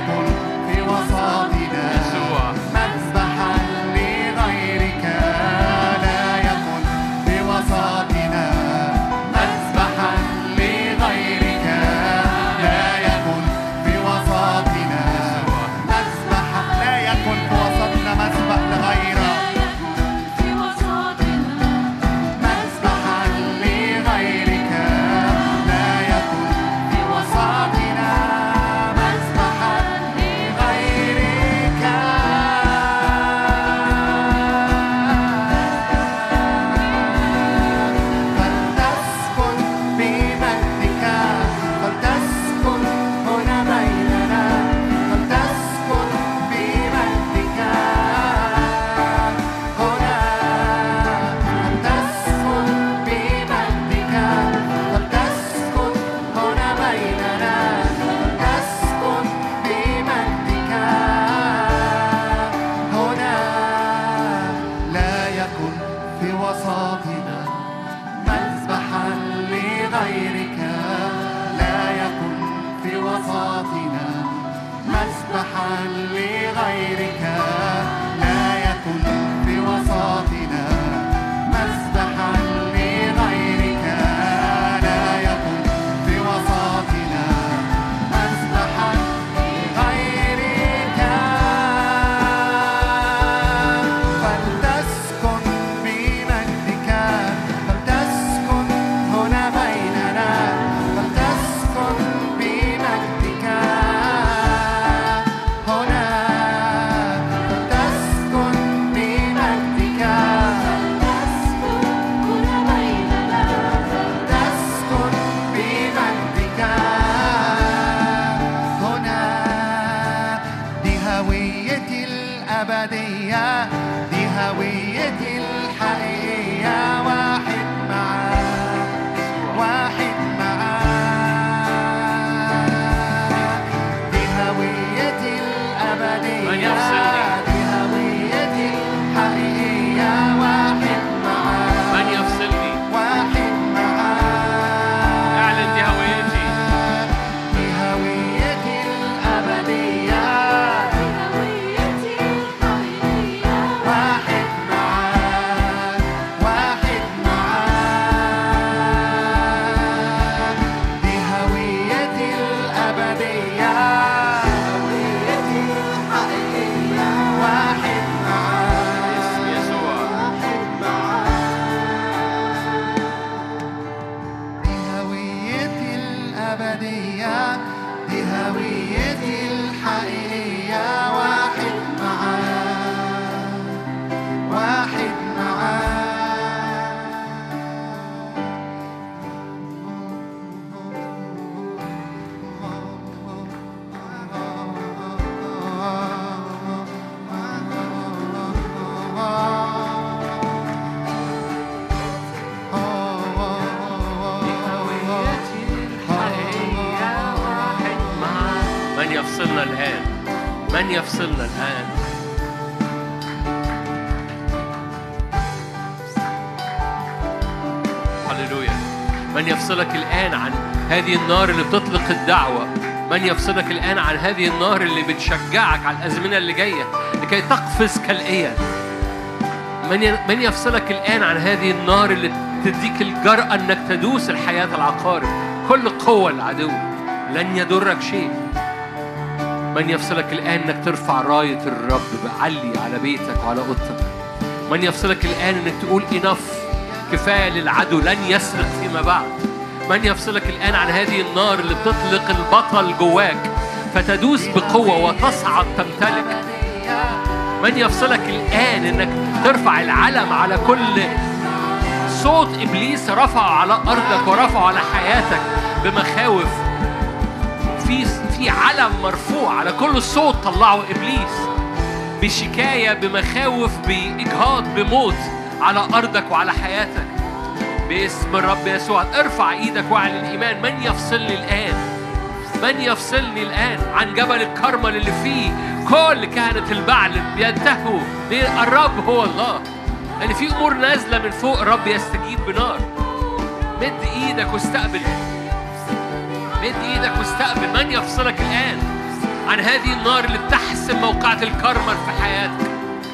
الأبدية دي هويتي الحقيقية واحد معاك واحد معاك دي هويتي الأبدية من يفصلني؟ دي هويتي الحقيقية واحد معاك من يفصلني؟ واحد معاك اعلن دي هويتي. دي هويتي الأبدية واحد معاك واحد معاك دي هويتي الأبدية هويتي الحقيقية واحد معاك اسم يسوع. واحد معاك دي هويتي الأبدية دي هويتي الحقيقية واحد معاك واحد من يفصلنا الآن؟ من يفصلنا الآن؟ هللويا. من يفصلك الآن عن هذه النار اللي بتطلق الدعوة؟ من يفصلك الآن عن هذه النار اللي بتشجعك على الأزمنة اللي جاية لكي تقفز كالإيل؟ من يفصلك الآن عن هذه النار اللي تديك الجرأة أنك تدوس الحياة العقارب؟ كل قوة العدو لن يضرك شيء. من يفصلك الآن أنك ترفع راية الرب بعلي على بيتك وعلى أوضتك؟ من يفصلك الآن أنك تقول إنف، كفاية للعدو، لن يسرق فيما بعد؟ من يفصلك الآن عن هذه النار اللي بتطلق البطل جواك فتدوس بقوة وتصعد تمتلك؟ من يفصلك الآن أنك ترفع العلم على كل صوت إبليس رفعه على أرضك ورفعه على حياتك بمخاوف؟ في علم مرفوع على كل صوت طلعه إبليس بشكاية، بمخاوف، بإجهاض، بموت على أرضك وعلى حياتك باسم الرب يسوع. ارفع إيدك واعلن الإيمان. من يفصلني الآن؟ من يفصلني الآن عن جبل الكرمل اللي فيه كل كهنة البعل بينتهوا الرب هو الله؟ يعني في أمور نازلة من فوق، الرب يستجيب بنار. مد إيدك واستقبل، مد إيدك واستقبل. من يفصلك الآن عن هذه النار اللي بتحسم موقعة الكرمل في حياتك؟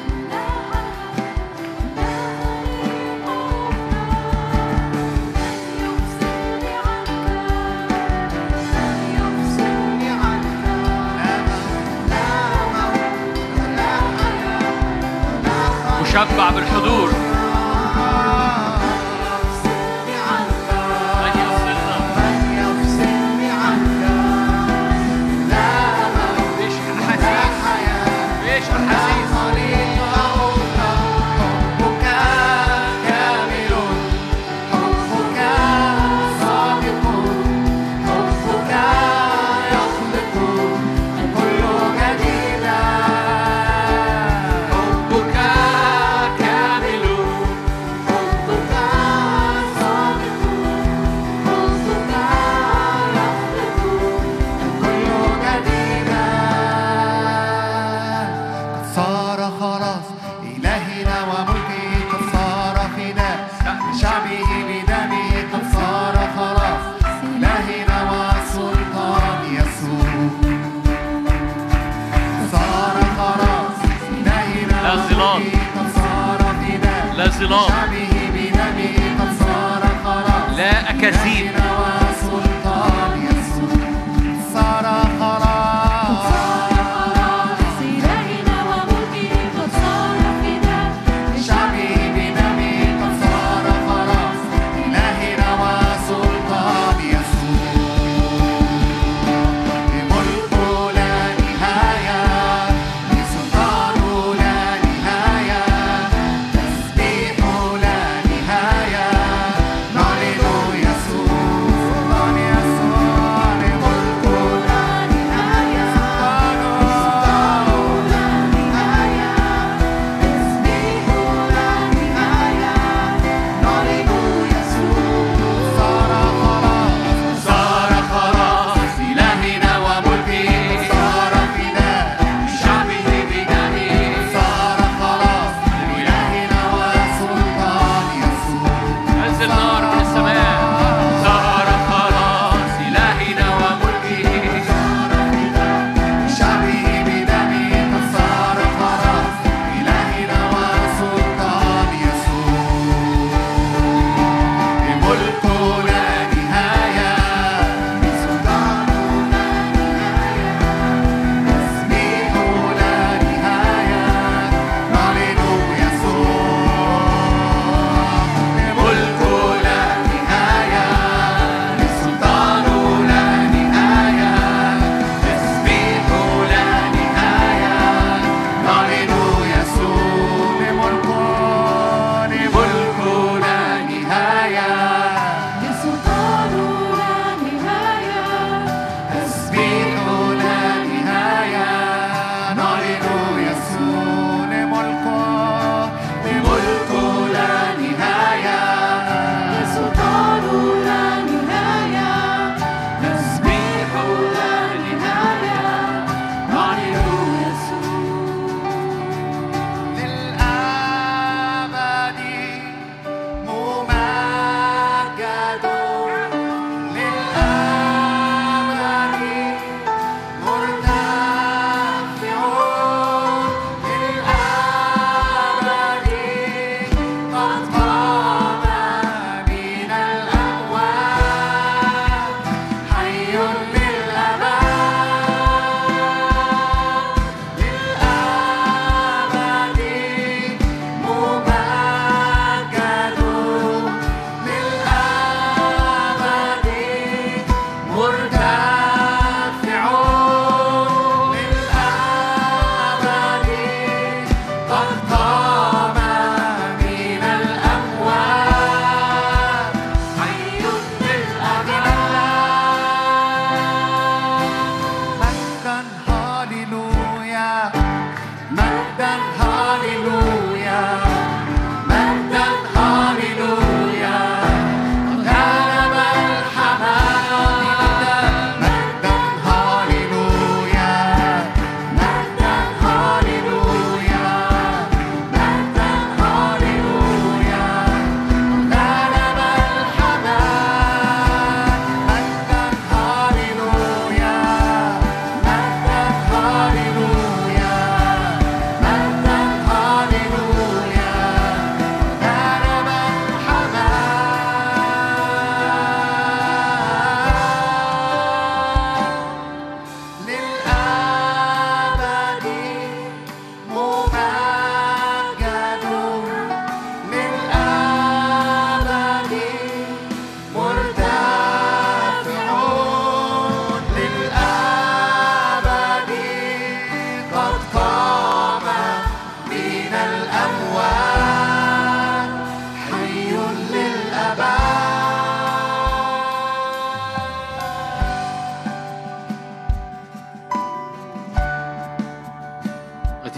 مشبع بالحضور. لا أكاذيب. يسوع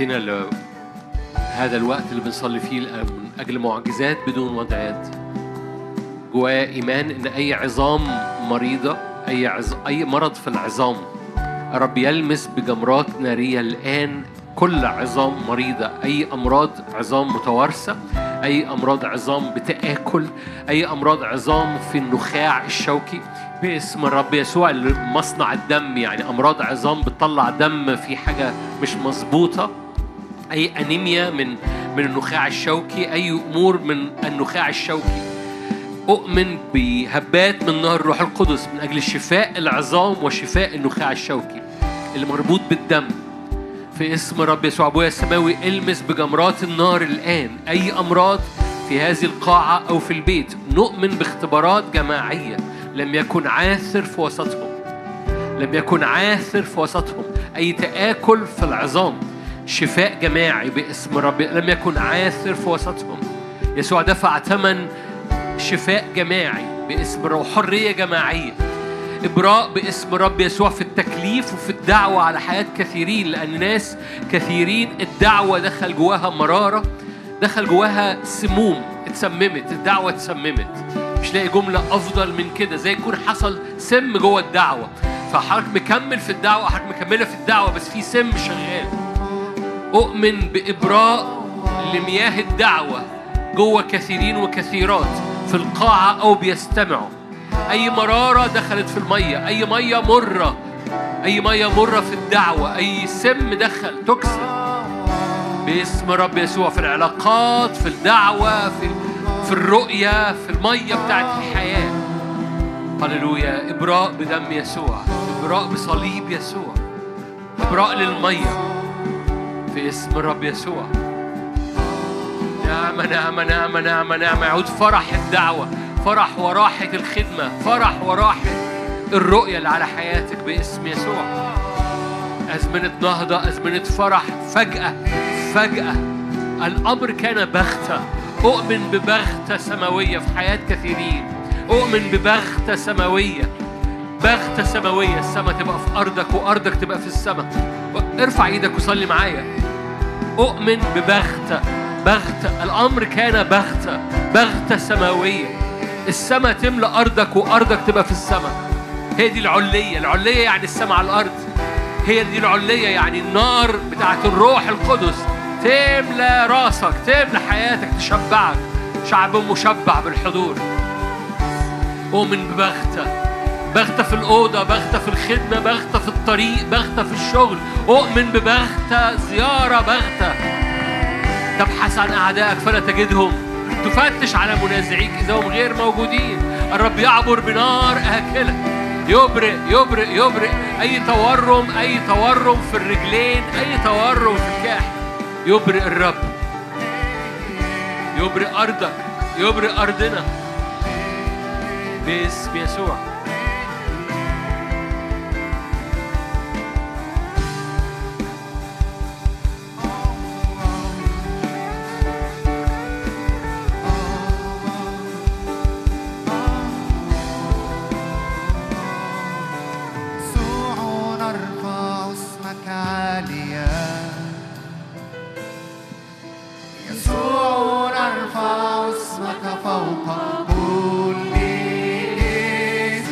دعوتنا لهذا الوقت اللي بنصلي فيه من أجل معجزات بدون وضع يد. جوايا إيمان إن أي عظام مريضة، أي مرض في العظام رب يلمس بجمرات نارية الآن كل عظام مريضة، أي أمراض عظام متوارثة، أي أمراض عظام بتآكل، أي أمراض عظام في النخاع الشوكي باسم الرب يسوع. مصنع الدم يعني أمراض عظام بتطلع دم في حاجة مش مظبوطة، أي أنيميا من النخاع الشوكي، أي أمور من النخاع الشوكي. أؤمن بهبات من نار الروح القدس من أجل شفاء العظام وشفاء النخاع الشوكي اللي مربوط بالدم في اسم الرب يسوع. أبويا السماوي المس بجمرات النار الآن أي أمراض في هذه القاعة أو في البيت. نؤمن باختبارات جماعية لم يكن عاثر في وسطهم، لم يكن عاثر في وسطهم. أي تآكل في العظام شفاء جماعي باسم الرب، لم يكن عاثر في وسطهم. يسوع دفع ثمن شفاء جماعي باسم الرب، حرية جماعية، إبراء باسم الرب يسوع في التكليف وفي الدعوة على حياة كثيرين، لأن ناس كثيرين الدعوة دخل جواها مرارة، دخل جواها سموم، اتسممت الدعوة، اتسممت. مش لاقي جملة أفضل من كده، زي يكون حصل سم جوه الدعوة، فحضرتك مكمل في الدعوة، حضرتك مكملة في الدعوة بس في سم شغال. أؤمن بإبراء لمياه الدعوة جوه كثيرين وكثيرات في القاعة أو بيستمعوا. أي مرارة دخلت في المية، أي مية مرة، أي مية مرة في الدعوة، أي سم دخل تكسر باسم رب يسوع في العلاقات، في الدعوة، في الرؤية، في المية بتاعت الحياة. هللويا. إبراء بدم يسوع، إبراء بصليب يسوع، إبراء للمية في اسم الرب يسوع. نعمة نعمة نعمة نعمة نعمة. يعود فرح الدعوة، فرح وراحة الخدمة، فرح وراحة الرؤية اللي على حياتك باسم يسوع. أزمنة نهضة، أزمنة فرح. فجأة فجأة الأمر كان بغتة. أؤمن ببغتة سماوية في حياة كثيرين، أؤمن ببغتة سماوية، بغتة سماوية. السماء تبقى في أرضك وأرضك تبقى في السماء. ارفع ايدك وصلي معايا. أؤمن ببغتة، بغتة. الأمر كان بغتة، بغتة سماوية. السماء تملأ أرضك وأرضك تبقى في السماء. هي دي العلية. العلية يعني السماء على الأرض. هي دي العلية، يعني النار بتاعت الروح القدس تملأ راسك، تملأ حياتك، تشبعك. شعب مشبع بالحضور. أؤمن ببغتة، بغتة في الأوضة، بغتة في الخدمة، بغتة في الطريق، بغتة في الشغل. أؤمن ببغتة، زيارة بغتة. تبحث عن أعدائك فلا تجدهم، تفتش على منازعيك إذا هم غير موجودين. الرب يعبر بنار آكلة، يبرئ يبرئ يبرئ أي تورم، أي تورم في الرجلين، أي تورم في الكاح. يبرئ الرب، يبرئ أرضك، يبرئ أرضنا باسم يسوع. فوق كل اسم.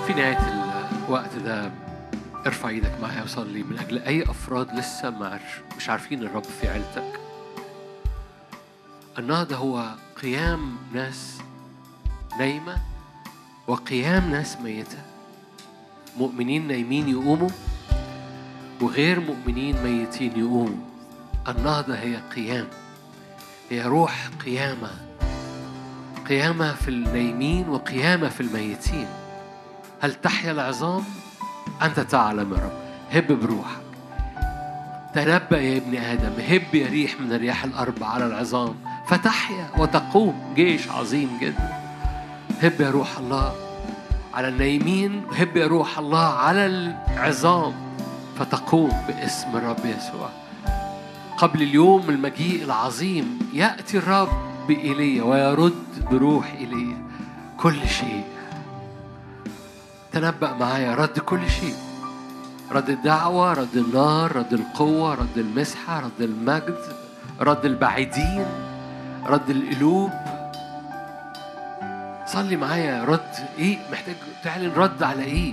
في نهاية الوقت ده ارفع ايدك معايا وصلي من أجل أي أفراد لسه مش عارفين الرب في عيلتك. النهضة هو قيام ناس نايمة وقيام ناس ميتة. مؤمنين نايمين يقوموا وغير مؤمنين ميتين يقوموا. النهضة هي قيام، هي روح قيامة، قيامة في النايمين وقيامة في الميتين. هل تحيا العظام؟ أنت تعلم يا رب. هب بروحك، تنبأ يا ابن آدم، هب يا ريح من الرياح الأربع على العظام فتحيا وتقوم. جيش عظيم جدا. هب يا روح الله على النايمين، هب يا روح الله على العظام فتقوم باسم الرب يسوع. قبل اليوم المجيء العظيم يأتي الرب بإيليا ويرد بروح إيليا كل شيء. تنبأ معايا، رد كل شيء، رد الدعوة، رد النار، رد القوة، رد المسحة، رد المجد، رد البعيدين، رد القلوب. صلي معايا، رد ايه؟ محتاج تعلن رد على ايه؟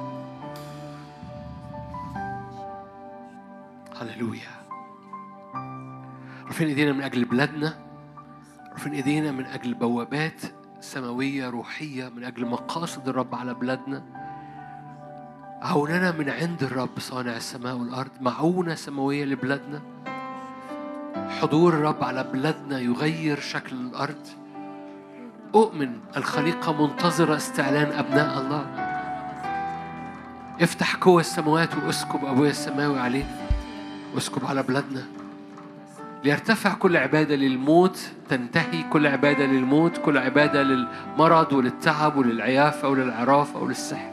هللويا. رافعين ايدينا من اجل بلادنا، رافعين ايدينا من اجل بوابات سماوية روحية، من اجل مقاصد الرب على بلادنا. عوننا من عند الرب صانع السماء والارض، معونة سماوية لبلادنا. حضور الرب على بلادنا يغير شكل الارض. أؤمن الخليقة منتظرة استعلان أبناء الله. افتح قوى السماوات واسكب أبويا السماوي عليه، واسكب على بلادنا ليرتفع كل عبادة للموت، تنتهي كل عبادة للموت، كل عبادة للمرض وللتعب وللعيافة وللعرافة وللسحر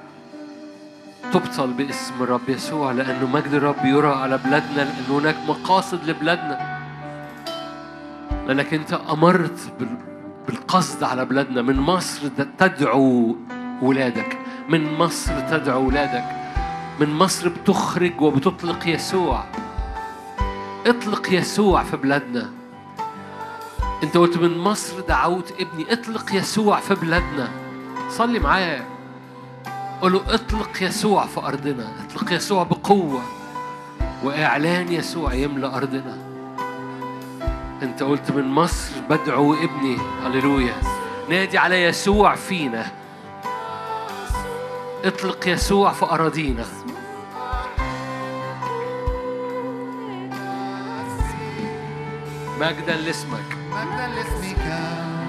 تبطل باسم الرب يسوع، لأنه مجد الرب يرى على بلادنا، لأن هناك مقاصد لبلادنا، لأنك أنت أمرت بالقصد على بلادنا. من مصر تدعو ولادك، من مصر تدعو ولادك، من مصر بتخرج وبتطلق يسوع. اطلق يسوع في بلادنا. انت قلت من مصر دعوت ابني، اطلق يسوع في بلادنا. صلي معايا، قل له اطلق يسوع في أرضنا، اطلق يسوع بقوة وإعلان يسوع يملأ أرضنا. انت قلت من مصر بدعو ابني. هللويا. نادي على يسوع فينا، اطلق يسوع في أراضينا. مجدا لاسمك، مجدا لاسمك،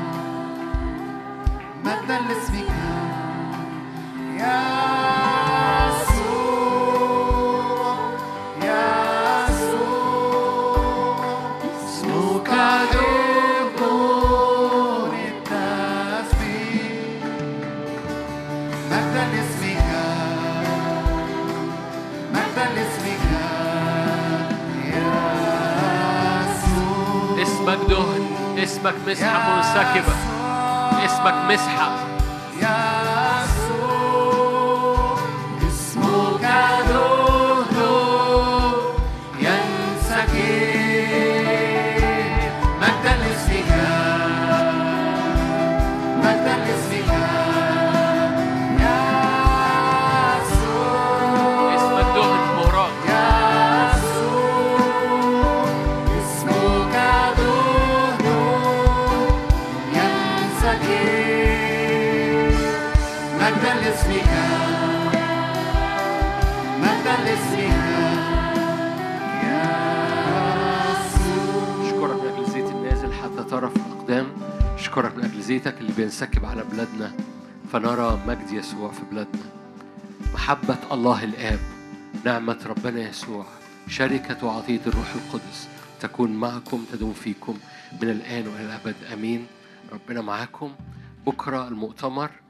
مجدا لاسمك يا يسوع، يا يسوع. اسمك دون التسبيح. مجدا لاسمك، مجدا لاسمك يا يسوع. اسمك دهن، اسمك مسحة منسكبة، اسمك مسحة. يا يسوع، اسمك دهن ينسكب. مجدا لاسمك، مجدا لاسمك يا يسوع. اسمك دهن فوراق. يا يسوع، اسمك دهن ينسكب. مجدا لاسمك، مجدا لاسمك يا يسوع. أشكرك من أجل الزيت النازل حتى طرف الأقدام. أشكرك من أجل زيتك اللي بينسكب على بلادنا فنرى مجد يسوع في بلادنا. محبة الله الآب، نعمة ربنا يسوع، شركة وعطية الروح القدس تكون معكم، تدوم فيكم من الآن وإلى الأبد. أمين. ربنا معاكم. بكرة المؤتمر